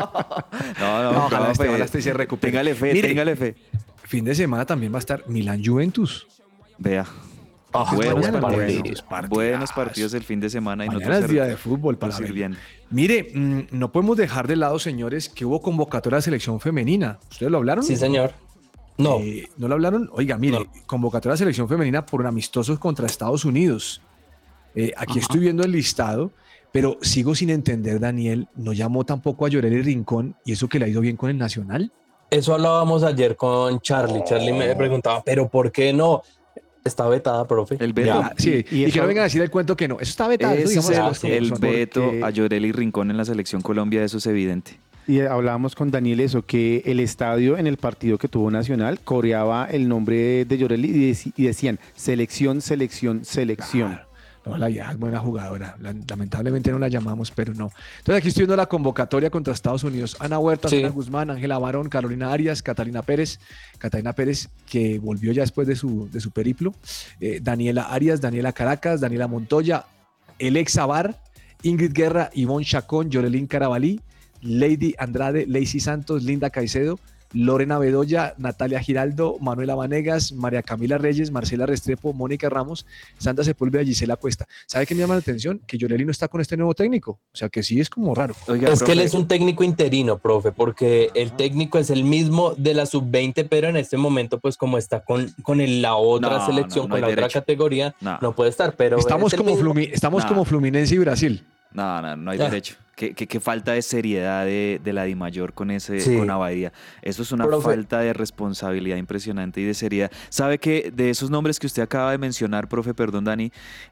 no, No, ojalá profe. este- ojalá este se recupere. Téngale fe, Mire. téngale fe. Fin de semana también va a estar Milan Juventus. Vea. Ah, buenos, mañana, partidos, buenos partidos. buenos partidos el fin de semana. Y Mañana nosotros es día de fútbol para seguir ver. viendo. Mire, mm, no podemos dejar de lado, señores, que hubo convocatoria de selección femenina. ¿Ustedes lo hablaron? Sí, señor. No, Eh, ¿No lo hablaron? Oiga, mire, No. convocatoria de selección femenina por un amistosos contra Estados Unidos. Eh, aquí Ajá. estoy viendo el listado. Pero sigo sin entender, Daniel, ¿no llamó tampoco a Yoreli Rincón y eso que le ha ido bien con el Nacional? Eso hablábamos ayer con Charlie. Charlie me preguntaba, ¿pero por qué no? Está vetada, profe. El veto. Ya, sí, y, y, y que no vengan a decir el cuento que no. Eso está vetado. Ese Eso, es el, el veto a Yoreli Rincón en la selección Colombia, eso es evidente. Y hablábamos con Daniel eso, que el estadio en el partido que tuvo Nacional coreaba el nombre de Yoreli y, dec- y decían selección, selección, selección. Claro. No, la vieja es buena jugadora. La, lamentablemente no la llamamos, pero no. Entonces aquí estoy viendo la convocatoria contra Estados Unidos. Ana Huerta, Sí. Ana Guzmán, Ángela Barón, Carolina Arias, Catalina Pérez. Catalina Pérez, que volvió ya después de su, de su periplo. Eh, Daniela Arias, Daniela Caracas, Daniela Montoya, Alexa Bar, Ingrid Guerra, Ivonne Chacón, Yorelín Carabalí, Lady Andrade, Lacey Santos, Linda Caicedo, Lorena Bedoya, Natalia Giraldo, Manuela Vanegas, María Camila Reyes, Marcela Restrepo, Mónica Ramos, Sandra Sepúlveda, Gisela Cuesta. ¿Sabe qué me llama la atención? Que Yoreli no está con este nuevo técnico. O sea que sí es como raro. Oiga, Es profe, que él es un técnico interino, profe, porque el técnico es el mismo de la sub veinte, pero en este momento, pues como está con, con el- la otra No, selección, no, no con hay la otra derecho. categoría, No. no puede estar. Pero Estamos, es el como, mismo. Flumi- estamos Nah. como Fluminense y Brasil. No, no, no hay Ah. derecho. ¿Qué, qué, qué falta de seriedad de, de la Dimayor con ese, Sí. con Abadía? Eso es una Profe. falta de responsabilidad impresionante y de seriedad. ¿Sabe que de esos nombres que usted acaba de mencionar, profe, perdón, Dani,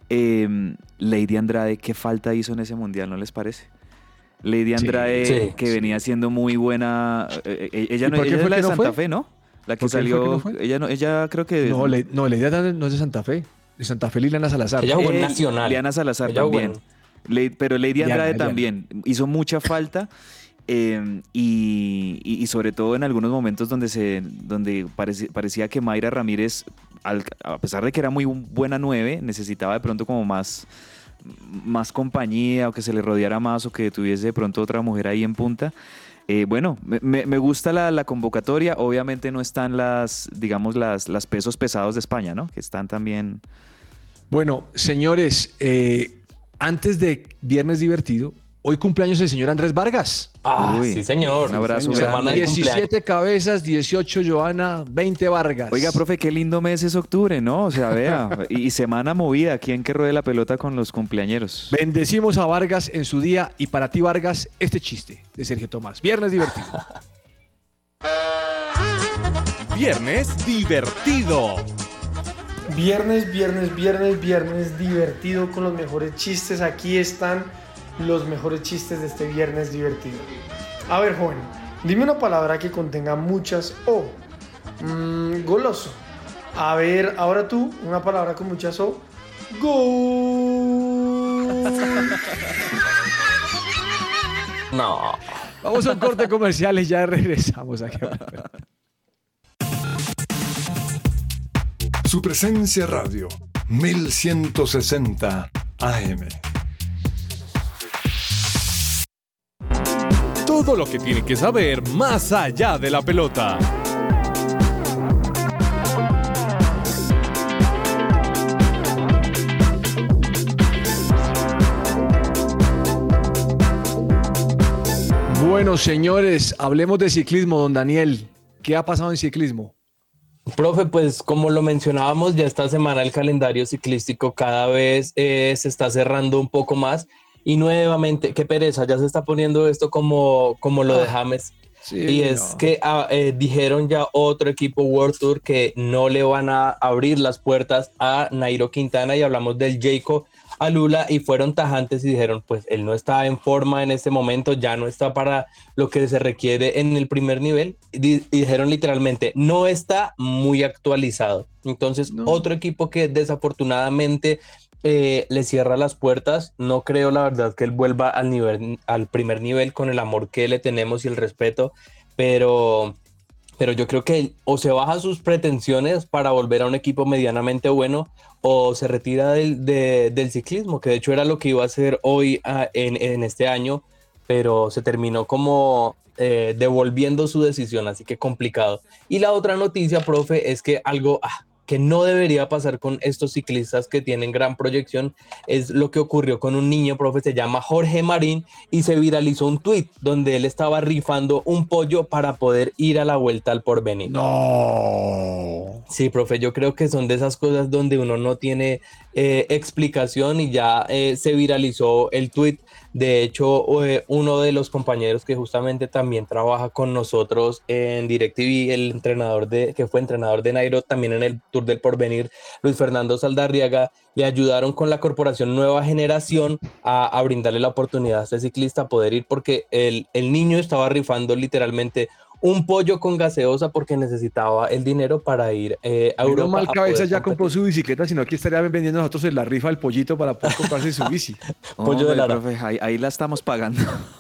eh, Lady Andrade, qué falta hizo en ese mundial, ¿no les parece? Lady Sí, Andrade, sí, que sí. venía siendo muy buena. eh, eh, ella ¿Y no, por qué ella fue es la que de no Santa fue? Fe, ¿no? La que ¿Por qué fue que salió. no fue? Ella no, ella creo que. No, le, no, Lady Andrade no es de Santa Fe. De Santa Fe, Liliana Salazar. Ella jugó en Eh, Nacional. Liana Salazar Ella jugó también. en- Le- pero Lady Liana, Andrade Liana. también hizo mucha falta eh, y, y- y sobre todo en algunos momentos donde se donde pareci- parecía que Mayra Ramírez, al- a pesar de que era muy buena nueve, necesitaba de pronto como más, más compañía o que se le rodeara más o que tuviese de pronto otra mujer ahí en punta. Eh, bueno, me- me, me gusta la, la convocatoria. Obviamente no están las, digamos, las, las pesos pesados de España, ¿no? Que están también... Bueno, señores, eh, antes de Viernes Divertido, hoy cumpleaños el señor Andrés Vargas. Ah, Uy, sí, señor. un abrazo Sí, grande. semana de cumpleaños. diecisiete cabezas, dieciocho Joana, veinte Vargas. Oiga, profe, qué lindo mes es octubre, ¿no? O sea, vea, y, y semana movida, aquí en que ruede la pelota con los cumpleañeros. Bendecimos a Vargas en su día y para ti, Vargas, este chiste de Sergio Tomás. Viernes Divertido. Viernes divertido. Viernes, viernes, viernes, viernes divertido con los mejores chistes. Aquí están los mejores chistes de este viernes divertido. A ver, joven, dime una palabra que contenga muchas O. Mm, goloso. A ver, ahora tú, una palabra con muchas O. Gol. No. Vamos a un corte comercial y ya regresamos aquí. Su presencia radio, mil ciento sesenta A M. Todo lo que tiene que saber más allá de la pelota. Bueno, señores, hablemos de ciclismo, don Daniel. ¿Qué ha pasado en ciclismo? Profe, pues como lo mencionábamos, ya esta semana el calendario ciclístico cada vez eh, se está cerrando un poco más y nuevamente, qué pereza, ya se está poniendo esto como, como lo de James. Sí, Y es no. que ah, eh, dijeron ya otro equipo World Tour que no le van a abrir las puertas a Nairo Quintana y hablamos del Jacob Alula y fueron tajantes y dijeron pues él no está en forma en este momento, ya no está para lo que se requiere en el primer nivel y, di- y dijeron literalmente no está muy actualizado. Entonces No. otro equipo que desafortunadamente eh, le cierra las puertas, no creo la verdad que él vuelva al nivel, al primer nivel con el amor que le tenemos y el respeto, pero, pero yo creo que él o se baja sus pretensiones para volver a un equipo medianamente bueno o se retira del, de- del ciclismo, que de hecho era lo que iba a hacer hoy ah, en, en este año, pero se terminó como eh, devolviendo su decisión, así que complicado. Y la otra noticia, profe, es que algo ah, que no debería pasar con estos ciclistas que tienen gran proyección es lo que ocurrió con un niño, profe, se llama Jorge Marín y se viralizó un tuit donde él estaba rifando un pollo para poder ir a la Vuelta al Porvenir. No. Sí, profe, yo creo que son de esas cosas donde uno no tiene eh, explicación y ya eh, se viralizó el tuit De hecho, eh, uno de los compañeros que justamente también trabaja con nosotros en DirecTV, el entrenador de, que fue entrenador de Nairo, también en el Tour del Porvenir, Luis Fernando Saldarriaga, le ayudaron con la corporación Nueva Generación a, a brindarle la oportunidad a este ciclista a poder ir, porque el, el niño estaba rifando literalmente un pollo con gaseosa porque necesitaba el dinero para ir eh, a Europa. No mal Cabeza ya competir. compró su bicicleta, sino que estaría vendiendo nosotros en la rifa el pollito para poder comprarse su bici. Pollo de Hombre, Lara. profe, ahí, ahí la estamos pagando.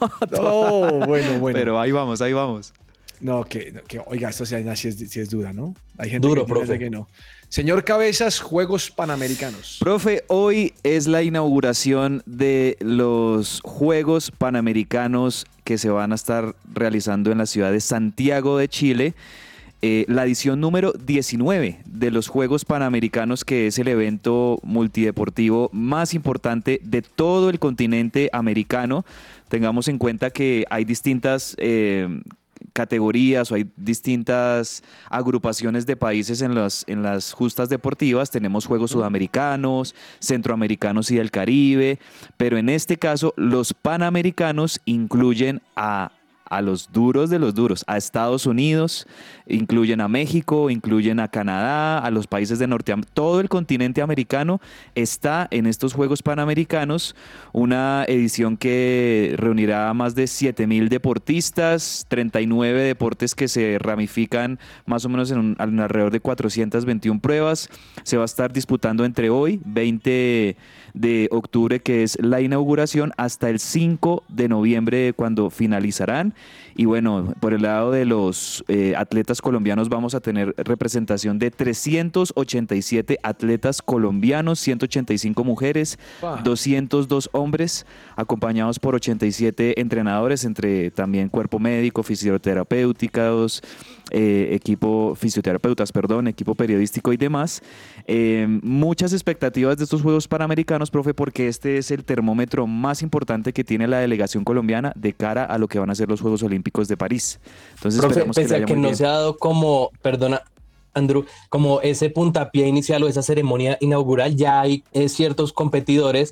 No, bueno, bueno. Pero ahí vamos, ahí vamos. No, que, que oiga, esto sí, sí es, sí es dura, ¿no? Hay gente Duro, que piensa profe. que no. Señor Cabezas, Juegos Panamericanos. Profe, hoy es la inauguración de los Juegos Panamericanos que se van a estar realizando en la ciudad de Santiago de Chile. Eh, la edición número diecinueve de los Juegos Panamericanos, que es el evento multideportivo más importante de todo el continente americano. Tengamos en cuenta que hay distintas eh, categorías o hay distintas agrupaciones de países en las, en las justas deportivas. Tenemos Juegos Sudamericanos, Centroamericanos y del Caribe, pero en este caso los Panamericanos incluyen a a los duros de los duros, a Estados Unidos, incluyen a México, incluyen a Canadá, a los países de Norteamérica. Todo el continente americano está en estos Juegos Panamericanos, una edición que reunirá a más de siete mil deportistas, treinta y nueve deportes que se ramifican más o menos en, un, en alrededor de cuatrocientas veintiuna pruebas. Se va a estar disputando entre hoy, veinte de octubre, que es la inauguración, hasta el cinco de noviembre, cuando finalizarán. Y bueno, por el lado de los eh, atletas colombianos vamos a tener representación de trescientos ochenta y siete atletas colombianos, ciento ochenta y cinco mujeres, wow. doscientos dos hombres, acompañados por ochenta y siete entrenadores, entre también cuerpo médico, fisioterapéuticos, eh, equipo fisioterapeutas, perdón, equipo periodístico y demás. Eh, muchas expectativas de estos Juegos Panamericanos, profe, porque este es el termómetro más importante que tiene la delegación colombiana de cara a lo que van a ser los Juegos Olímpicos de París. Entonces, profe, esperemos pese que, a que no bien. se ha dado como, perdona, Andrew, como ese puntapié inicial o esa ceremonia inaugural, ya hay eh, ciertos competidores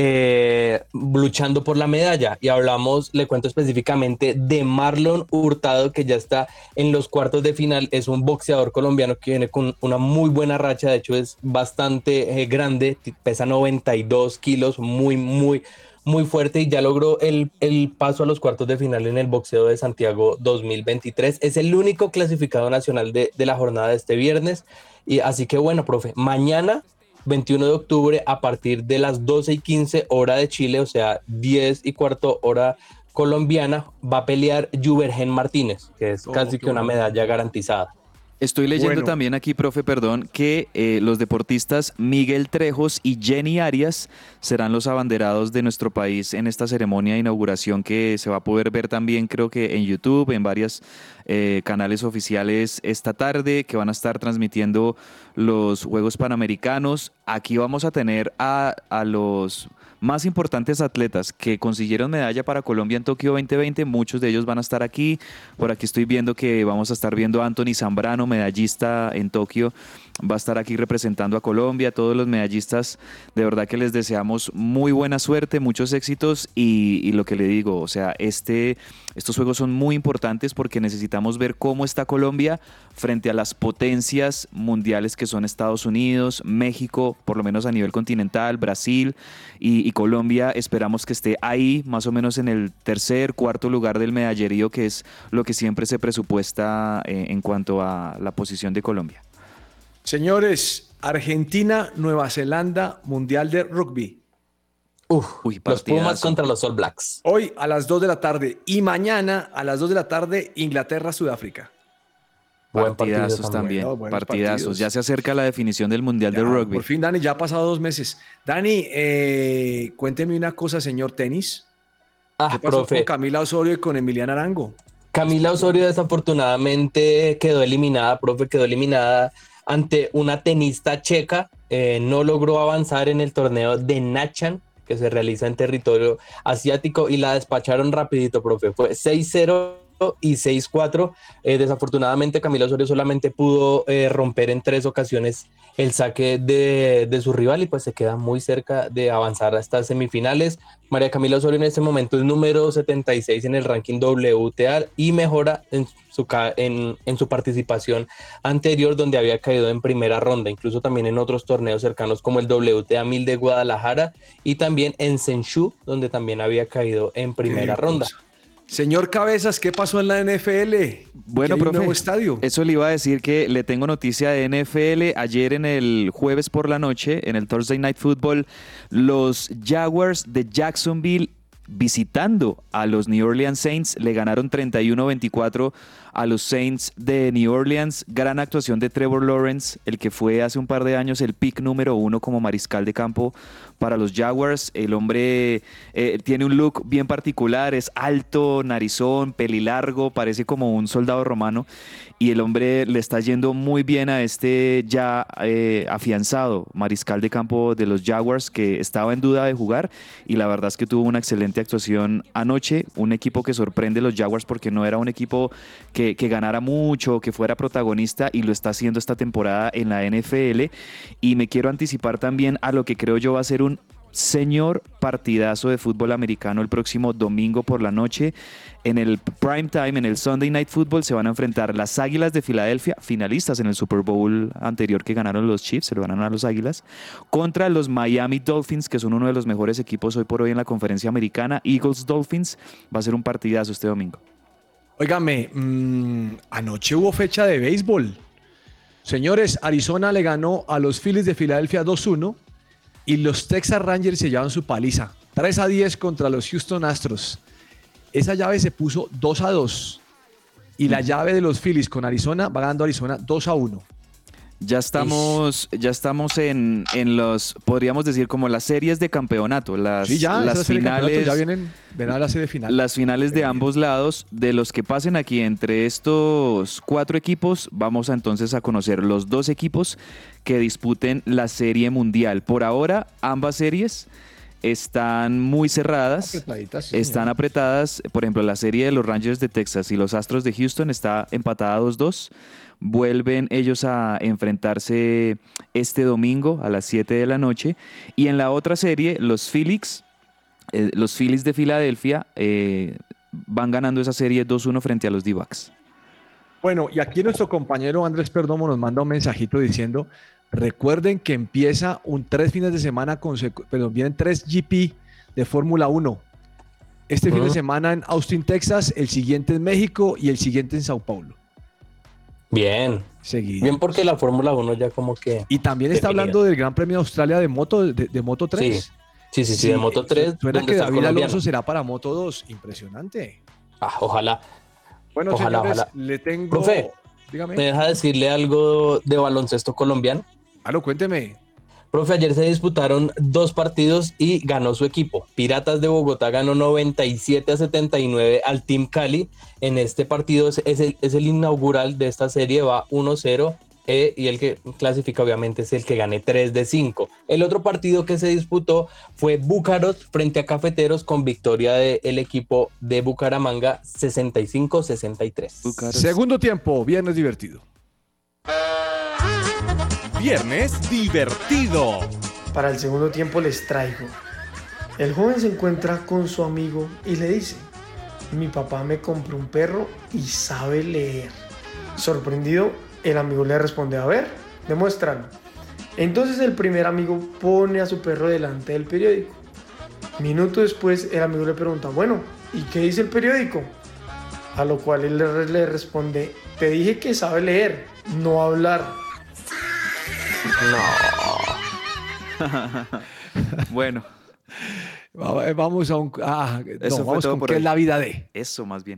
eh, luchando por la medalla, y hablamos, le cuento específicamente de Marlon Hurtado, que ya está en los cuartos de final. Es un boxeador colombiano que viene con una muy buena racha, de hecho es bastante eh, grande, pesa noventa y dos kilos, muy, muy muy fuerte, y ya logró el, el paso a los cuartos de final en el boxeo de Santiago dos mil veintitrés. Es el único clasificado nacional de, de la jornada de este viernes. Y así que bueno, profe, mañana veintiuno de octubre a partir de las doce y quince hora de Chile, o sea diez y cuarto hora colombiana, va a pelear Juvergen Martínez, que es oh, casi que una bueno. medalla garantizada. Estoy leyendo bueno. también aquí, profe, perdón, que eh, los deportistas Miguel Trejos y Jenny Arias serán los abanderados de nuestro país en esta ceremonia de inauguración, que se va a poder ver también, creo que en YouTube, en varios eh, canales oficiales esta tarde, que van a estar transmitiendo los Juegos Panamericanos. Aquí vamos a tener a, a los más importantes atletas que consiguieron medalla para Colombia en Tokio veinte veinte, muchos de ellos van a estar aquí. Por aquí estoy viendo que vamos a estar viendo a Anthony Zambrano, medallista en Tokio, va a estar aquí representando a Colombia. Todos los medallistas, de verdad que les deseamos muy buena suerte, muchos éxitos, y, y lo que le digo, o sea, este, estos juegos son muy importantes porque necesitamos ver cómo está Colombia frente a las potencias mundiales que son Estados Unidos, México, por lo menos a nivel continental, Brasil y, y Colombia. Esperamos que esté ahí más o menos en el tercer, cuarto lugar del medallerío, que es lo que siempre se presupuesta eh, en cuanto a la posición de Colombia. Señores, Argentina, Nueva Zelanda, Mundial de Rugby. Uf, Uy, los Pumas contra los All Blacks. Hoy a las dos de la tarde y mañana a las dos de la tarde, Inglaterra, Sudáfrica. Buen partidazos también, también. No, partidazos. Partidos. Ya se acerca la definición del Mundial ya, de Rugby. Por fin, Dani, ya ha pasado dos meses. Dani, eh, cuénteme una cosa, señor tenis. Ah, ¿Qué pasó profe. con Camila Osorio y con Emiliana Arango? Camila Osorio desafortunadamente quedó eliminada, profe, quedó eliminada ante una tenista checa. Eh, no logró avanzar en el torneo de Nachan, que se realiza en territorio asiático, y la despacharon rapidito, profe. Fue seis cero y seis cuatro. Eh, desafortunadamente Camila Osorio solamente pudo eh, romper en tres ocasiones el saque de, de su rival y pues se queda muy cerca de avanzar hasta semifinales. María Camila Osorio en este momento es número setenta y seis en el ranking W T A y mejora en su, en, en su participación anterior, donde había caído en primera ronda, incluso también en otros torneos cercanos como el W T A mil de Guadalajara y también en Senshu, donde también había caído en primera ronda. Señor Cabezas, ¿qué pasó en la N F L? Bueno, profe, nuevo estadio? Eso le iba a decir que le tengo noticia de N F L. Ayer en el jueves por la noche, en el Thursday Night Football, los Jaguars de Jacksonville visitando a los New Orleans Saints le ganaron treinta y uno a veinticuatro a los Saints de New Orleans. Gran actuación de Trevor Lawrence, el que fue hace un par de años el pick número uno como mariscal de campo para los Jaguars. El hombre eh, tiene un look bien particular, es alto, narizón, pelilargo, parece como un soldado romano. Y el hombre le está yendo muy bien a este ya eh, afianzado mariscal de campo de los Jaguars, que estaba en duda de jugar y la verdad es que tuvo una excelente actuación anoche. Un equipo que sorprende a los Jaguars porque no era un equipo que, que ganara mucho, que fuera protagonista, y lo está haciendo esta temporada en la N F L. Y me quiero anticipar también a lo que creo yo va a ser un señor partidazo de fútbol americano el próximo domingo por la noche. En el prime time, en el Sunday Night Football, se van a enfrentar las Águilas de Filadelfia, finalistas en el Super Bowl anterior que ganaron los Chiefs, se lo ganaron a los Águilas, contra los Miami Dolphins, que son uno de los mejores equipos hoy por hoy en la conferencia americana. Eagles Dolphins, va a ser un partidazo este domingo. Óigame, mmm, anoche hubo fecha de béisbol. Señores, Arizona le ganó a los Phillies de Filadelfia dos uno y los Texas Rangers se llevan su paliza, tres a diez contra los Houston Astros. Esa llave se puso dos a dos y la llave de los Phillies con Arizona va ganando Arizona dos a uno. Ya estamos, ya estamos en, en los, podríamos decir, como las series de campeonato, las, sí, ya, las finales, ya vienen, verá la serie final. Las finales de ambos lados. De los que pasen aquí entre estos cuatro equipos, vamos a entonces a conocer los dos equipos que disputen la Serie Mundial. Por ahora, ambas series están muy cerradas, sí, están señor. apretadas. Por ejemplo, la serie de los Rangers de Texas y los Astros de Houston está empatada dos dos. Vuelven ellos a enfrentarse este domingo a las siete de la noche. Y en la otra serie, los Phillies, eh, los Phillies de Filadelfia eh, van ganando esa serie dos uno frente a los D-backs. Bueno, y aquí nuestro compañero Andrés Perdomo nos manda un mensajito diciendo: recuerden que empieza un tres fines de semana, consecu- perdón, vienen tres G P de Fórmula uno. Este uh-huh. fin de semana en Austin, Texas, el siguiente en México y el siguiente en Sao Paulo. Bien, Seguido. Bien, porque la Fórmula uno ya como que... Y también está definida. Hablando del Gran Premio de Australia de Moto, de, de Moto tres. Sí, sí, sí, sí, sí de Moto tres. Suena que David Alonso será para Moto dos. Impresionante. Ah, ojalá. Bueno, ojalá, señores, ojalá. le tengo... Profe, dígame. ¿Me deja decirle algo de baloncesto colombiano? Aló, cuénteme. Profe, ayer se disputaron dos partidos y ganó su equipo. Piratas de Bogotá ganó noventa y siete a setenta y nueve al Team Cali. En este partido es, es, el, es el inaugural de esta serie, va uno cero. Eh, y el que clasifica obviamente es el que gane tres de cinco. El otro partido que se disputó fue Búcaros frente a Cafeteros, con victoria del equipo de Bucaramanga sesenta y cinco a sesenta y tres. Búcaros. Segundo tiempo, viernes divertido. Viernes divertido. Para el segundo tiempo les traigo. El joven se encuentra con su amigo y le dice: mi papá me compró un perro y sabe leer. Sorprendido, el amigo le responde: a ver, demuéstralo. Entonces el primer amigo pone a su perro delante del periódico. Minuto después el amigo le pregunta: bueno, ¿y qué dice el periódico? A lo cual él le, le responde: te dije que sabe leer, no hablar. No. Bueno. Vamos a un... Ah, Eso no, fue vamos todo con por ¿qué hoy. es la vida de? Eso más bien.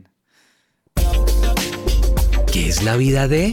¿Qué es la vida de?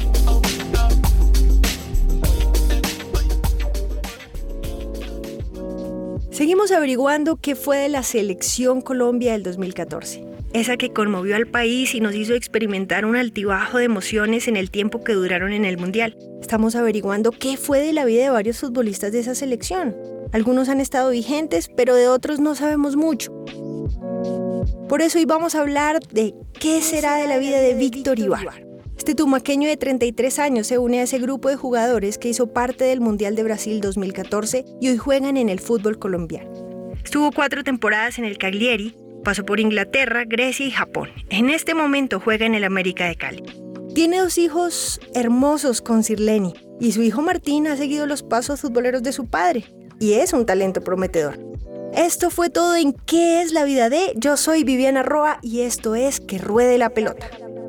Seguimos averiguando qué fue de la Selección Colombia del dos mil catorce. Esa que conmovió al país y nos hizo experimentar un altibajo de emociones en el tiempo que duraron en el Mundial. Estamos averiguando qué fue de la vida de varios futbolistas de esa selección. Algunos han estado vigentes, pero de otros no sabemos mucho. Por eso hoy vamos a hablar de ¿Qué será de la vida de Víctor Ibarra? Este tumaqueño de treinta y tres años se une a ese grupo de jugadores que hizo parte del Mundial de Brasil dos mil catorce y hoy juegan en el fútbol colombiano. Estuvo cuatro temporadas en el Cagliari, pasó por Inglaterra, Grecia y Japón. En este momento juega en el América de Cali. Tiene dos hijos hermosos con Sirleni y su hijo Martín ha seguido los pasos futboleros de su padre y es un talento prometedor. Esto fue todo en ¿Qué es la vida de? Yo soy Viviana Roa y esto es Que Ruede la Pelota.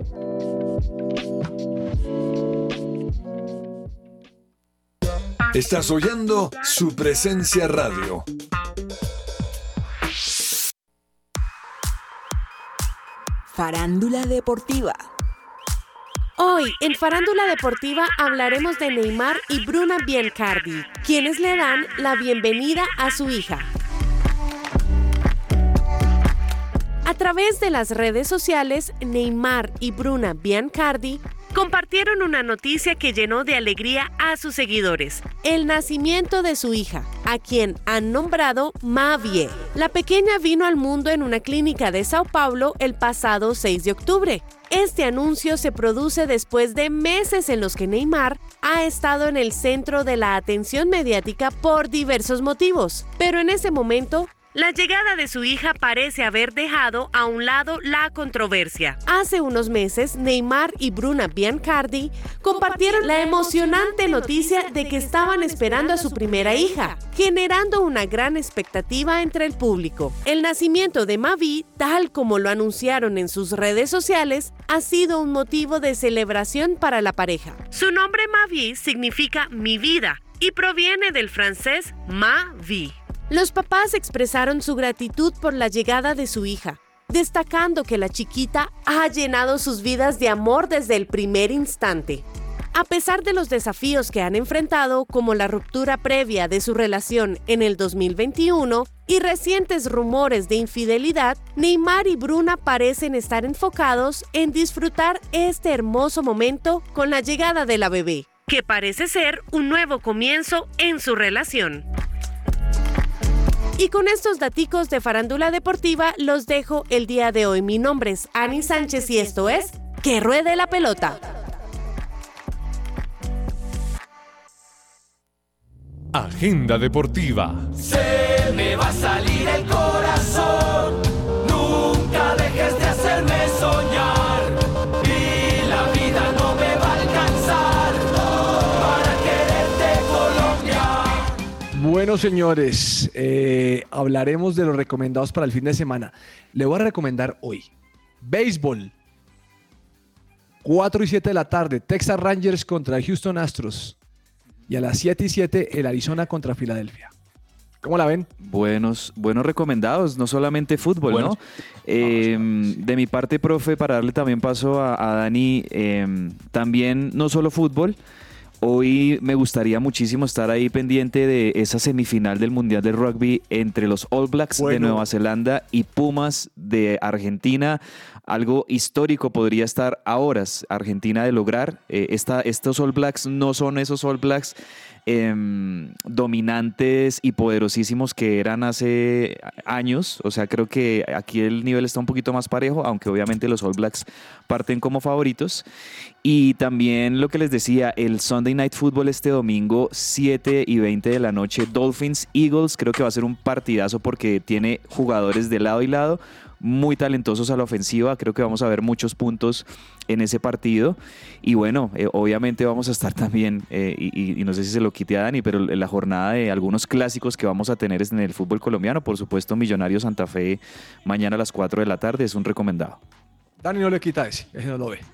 Estás oyendo Su Presencia Radio. Farándula Deportiva. Hoy, en Farándula Deportiva, hablaremos de Neymar y Bruna Biancardi, quienes le dan la bienvenida a su hija. A través de las redes sociales, Neymar y Bruna Biancardi compartieron una noticia que llenó de alegría a sus seguidores: el nacimiento de su hija, a quien han nombrado Mavie. La pequeña vino al mundo en una clínica de Sao Paulo el pasado seis de octubre. Este anuncio se produce después de meses en los que Neymar ha estado en el centro de la atención mediática por diversos motivos, pero en ese momento la llegada de su hija parece haber dejado a un lado la controversia. Hace unos meses, Neymar y Bruna Biancardi compartieron la emocionante noticia de que estaban esperando a su primera hija, generando una gran expectativa entre el público. El nacimiento de Mavi, tal como lo anunciaron en sus redes sociales, ha sido un motivo de celebración para la pareja. Su nombre Mavi significa mi vida y proviene del francés ma vie. Los papás expresaron su gratitud por la llegada de su hija, destacando que la chiquita ha llenado sus vidas de amor desde el primer instante. A pesar de los desafíos que han enfrentado, como la ruptura previa de su relación en el dos mil veintiuno y recientes rumores de infidelidad, Neymar y Bruna parecen estar enfocados en disfrutar este hermoso momento con la llegada de la bebé, que parece ser un nuevo comienzo en su relación. Y con estos daticos de Farándula Deportiva los dejo el día de hoy. Mi nombre es Ani Sánchez y esto es Que Ruede la Pelota. Agenda Deportiva. Se me va a salir el corazón. Nunca dejes de hacerme soñar. Y la vida no me va a alcanzar para quererte, Colombia. Bueno, señores, eh, hablaremos de los recomendados para el fin de semana. Le voy a recomendar hoy béisbol, cuatro y siete de la tarde, Texas Rangers contra el Houston Astros, y a las siete y siete el Arizona contra Filadelfia. ¿Cómo la ven? Buenos, buenos recomendados, no solamente fútbol, buenos. ¿no? Eh, de mi parte, profe, para darle también paso a, a Dani, eh, también no solo fútbol. Hoy me gustaría muchísimo estar ahí pendiente de esa semifinal del Mundial de Rugby entre los All Blacks bueno. de Nueva Zelanda y Pumas de Argentina. Algo histórico podría estar a horas Argentina de lograr. Eh, esta, estos All Blacks no son esos All Blacks eh, dominantes y poderosísimos que eran hace años. O sea, creo que aquí el nivel está un poquito más parejo, aunque obviamente los All Blacks parten como favoritos. Y también lo que les decía, el Sunday Night Football este domingo, siete y veinte de la noche, Dolphins Eagles, creo que va a ser un partidazo porque tiene jugadores de lado y lado, muy talentosos a la ofensiva. Creo que vamos a ver muchos puntos en ese partido. Y bueno, eh, obviamente vamos a estar también, eh, y, y no sé si se lo quite a Dani, pero en la jornada de algunos clásicos que vamos a tener en el fútbol colombiano. Por supuesto, Millonarios Santa Fe mañana a las cuatro de la tarde, es un recomendado. Dani no le quita ese, ese no lo ve.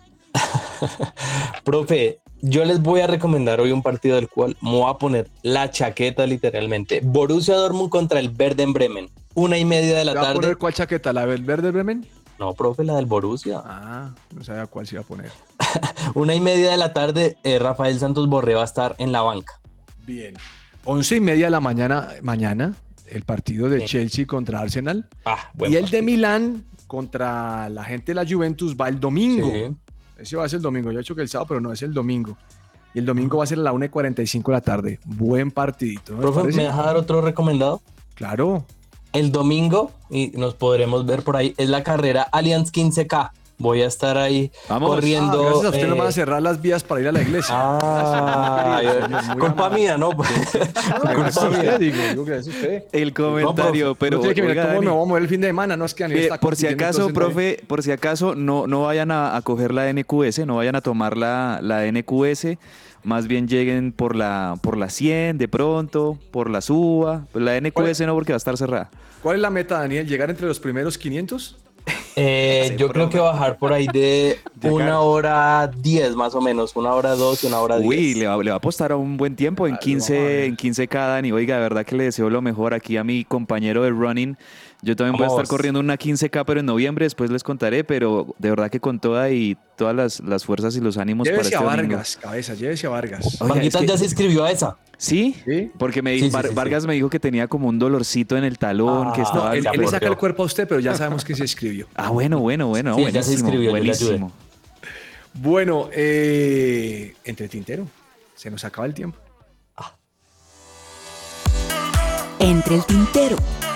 Profe, yo les voy a recomendar hoy un partido del cual me voy a poner la chaqueta literalmente. Borussia Dortmund contra el Werder Bremen. Una y media de la tarde. ¿Va a poner cuál chaqueta? ¿La del Werder Bremen? No, profe, la del Borussia. Ah, no sabía cuál se iba a poner. Una y media de la tarde, eh, Rafael Santos Borré va a estar en la banca. Bien. Once y media de la mañana, mañana el partido de sí. Chelsea contra Arsenal. Ah, buen y el partido. de Milán contra la gente de la Juventus va el domingo. Sí. Ese va a ser el domingo. Yo he dicho que el sábado, pero no, es el domingo. Y el domingo va a ser a la una y cuarenta y cinco de la tarde. Buen partidito. ¿No Profe, ¿me deja dar otro recomendado? Claro. El domingo, y nos podremos ver por ahí, es la carrera Allianz quince K. Voy a estar ahí Vamos. corriendo. Ah, gracias a usted eh, no van a cerrar las vías para ir a la iglesia. Ah, Muy culpa amable. mía, ¿no? No, culpa mía, digo, digo que es usted. El comentario, No, pero no tiene que mirar oiga, cómo Dani, me voy a mover el fin de semana, no es que Daniel eh, está por si compitiendo, acaso, entonces no hay- profe, por si acaso no, no vayan a, a coger la N Q S, no vayan a tomar la, la N Q S, más bien lleguen por la, por la cien de pronto, por la suba, pues la N Q S no porque va a estar cerrada. ¿Cuál es la meta, Daniel? ¿Llegar entre los primeros quinientos? Eh, yo creo que bajar por ahí de una hora diez más o menos, una hora dos y una hora diez. Uy, le va, le va a apostar a un buen tiempo en quince, en quince K, Dani. Oiga, de verdad que le deseo lo mejor aquí a mi compañero de running. Yo también voy a estar Vamos. corriendo una quince K, pero en noviembre, después les contaré, pero de verdad que con toda y todas las, las fuerzas y los ánimos para Llévese este a domingo. Vargas, cabeza, llévese a Vargas. Oiga, Varguitas es que- ya se inscribió a esa. ¿Sí? Porque me dijo, Sí, sí, Var- sí, sí. Vargas me dijo que tenía como un dolorcito en el talón, que Ah, estaba... Él, ya él le por saca el Dios. cuerpo a usted, pero ya sabemos que se inscribió. Ah, bueno, bueno, bueno. Sí, ya se buenísimo, inscribió, yo le ayudé. buenísimo. Bueno, eh, entre Tintero, se nos acaba el tiempo. Entre el tintero.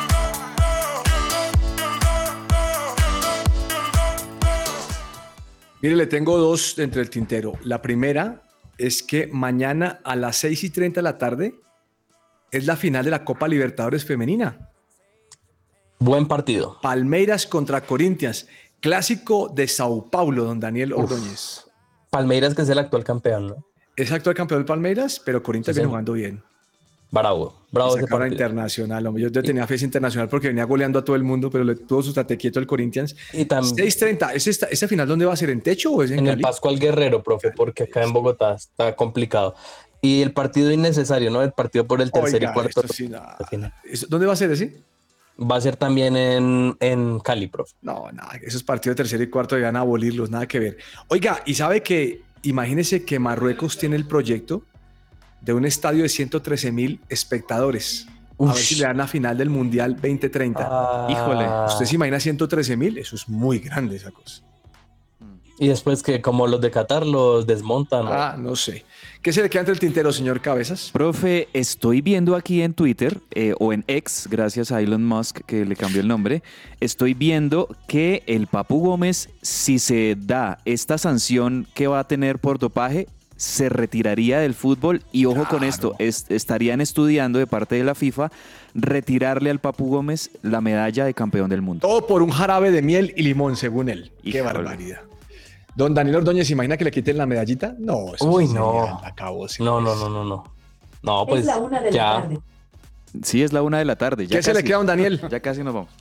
Mire, le tengo dos entre el tintero. La primera es que mañana a las seis y treinta de la tarde es la final de la Copa Libertadores Femenina. Buen partido. Palmeiras contra Corinthians. Clásico de Sao Paulo, don Daniel Ordóñez. Palmeiras, que es el actual campeón, ¿no? Es actual campeón del Palmeiras, pero Corinthians Sí, viene señor. jugando bien. Bravo, bravo ese Sacó la partido. internacional, hombre. Yo yo tenía fe internacional porque venía goleando a todo el mundo, pero le tuvo su tate quieto el Corinthians. Y también seis treinta. ¿Es esta, ¿Esta final dónde va a ser? ¿En techo o es en, en el Cali? Pascual Guerrero, profe, porque acá en Bogotá está complicado. Y el partido innecesario, ¿no? El partido por el tercer Oiga, y cuarto. esto sí, nada. final. ¿Es- ¿Dónde va a ser ese? Va a ser también en, en Cali, profe. No, nada, esos partidos de tercero y cuarto van a abolirlos, nada que ver. Oiga, y sabe que, imagínese que Marruecos tiene el proyecto de un estadio de ciento trece mil espectadores. A ver Ush. si le dan la final del Mundial veinte treinta. Ah. Híjole. ¿Usted se imagina ciento trece mil? Eso es muy grande esa cosa. Y después que como los de Qatar los desmontan. ¿no? Ah, no sé. ¿Qué se le queda entre el tintero, señor Cabezas? Profe, estoy viendo aquí en Twitter, eh, o en X, gracias a Elon Musk que le cambió el nombre, estoy viendo que el Papu Gómez, si se da esta sanción que va a tener por dopaje, se retiraría del fútbol y ojo con esto, es- estarían estudiando de parte de la FIFA retirarle al Papu Gómez la medalla de campeón del mundo. Todo por un jarabe de miel y limón, según él. Qué Híjole. barbaridad. Don Daniel Ordóñez, ¿se imagina que le quiten la medallita? No, eso Uy, sí no. sería la acabose. No, no, no, no, no. No, pues es la una de ya. la tarde. Sí, es la una de la tarde. Ya ¿Qué se le casi- queda a don Daniel? Ya casi nos vamos.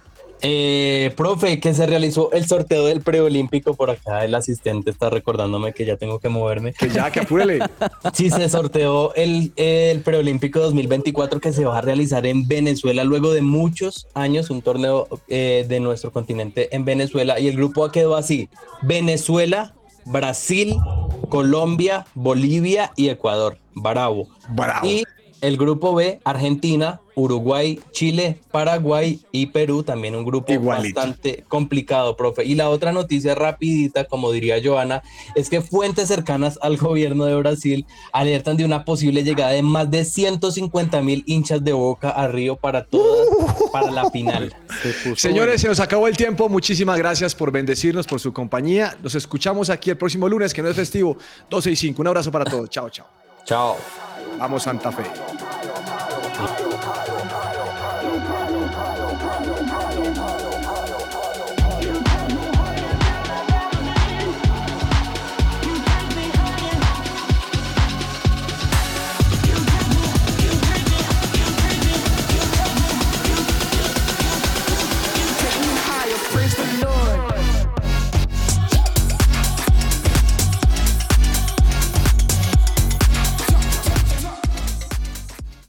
Eh, profe, que se realizó el sorteo del preolímpico por acá. El asistente está recordándome que ya tengo que moverme. Que ya, que apúrele. Sí, se sorteó el, el preolímpico dos mil veinticuatro que se va a realizar en Venezuela luego de muchos años, un torneo eh, de nuestro continente en Venezuela. Y el grupo A quedó así: Venezuela, Brasil, Colombia, Bolivia y Ecuador. Bravo. Bravo. Y el grupo B, Argentina, Uruguay, Chile, Paraguay y Perú, también un grupo Igualito. bastante complicado, profe. Y la otra noticia rapidita, como diría Joana, es que fuentes cercanas al gobierno de Brasil alertan de una posible llegada de más de ciento cincuenta mil hinchas de Boca a Río para todas, para la final. Se puso Señores, se nos acabó el tiempo. Muchísimas gracias por bendecirnos, por su compañía. Nos escuchamos aquí el próximo lunes, que no es festivo, doce y cinco. Un abrazo para todos. Chao, chao. Chao. Vamos, Santa Fe. Thank you.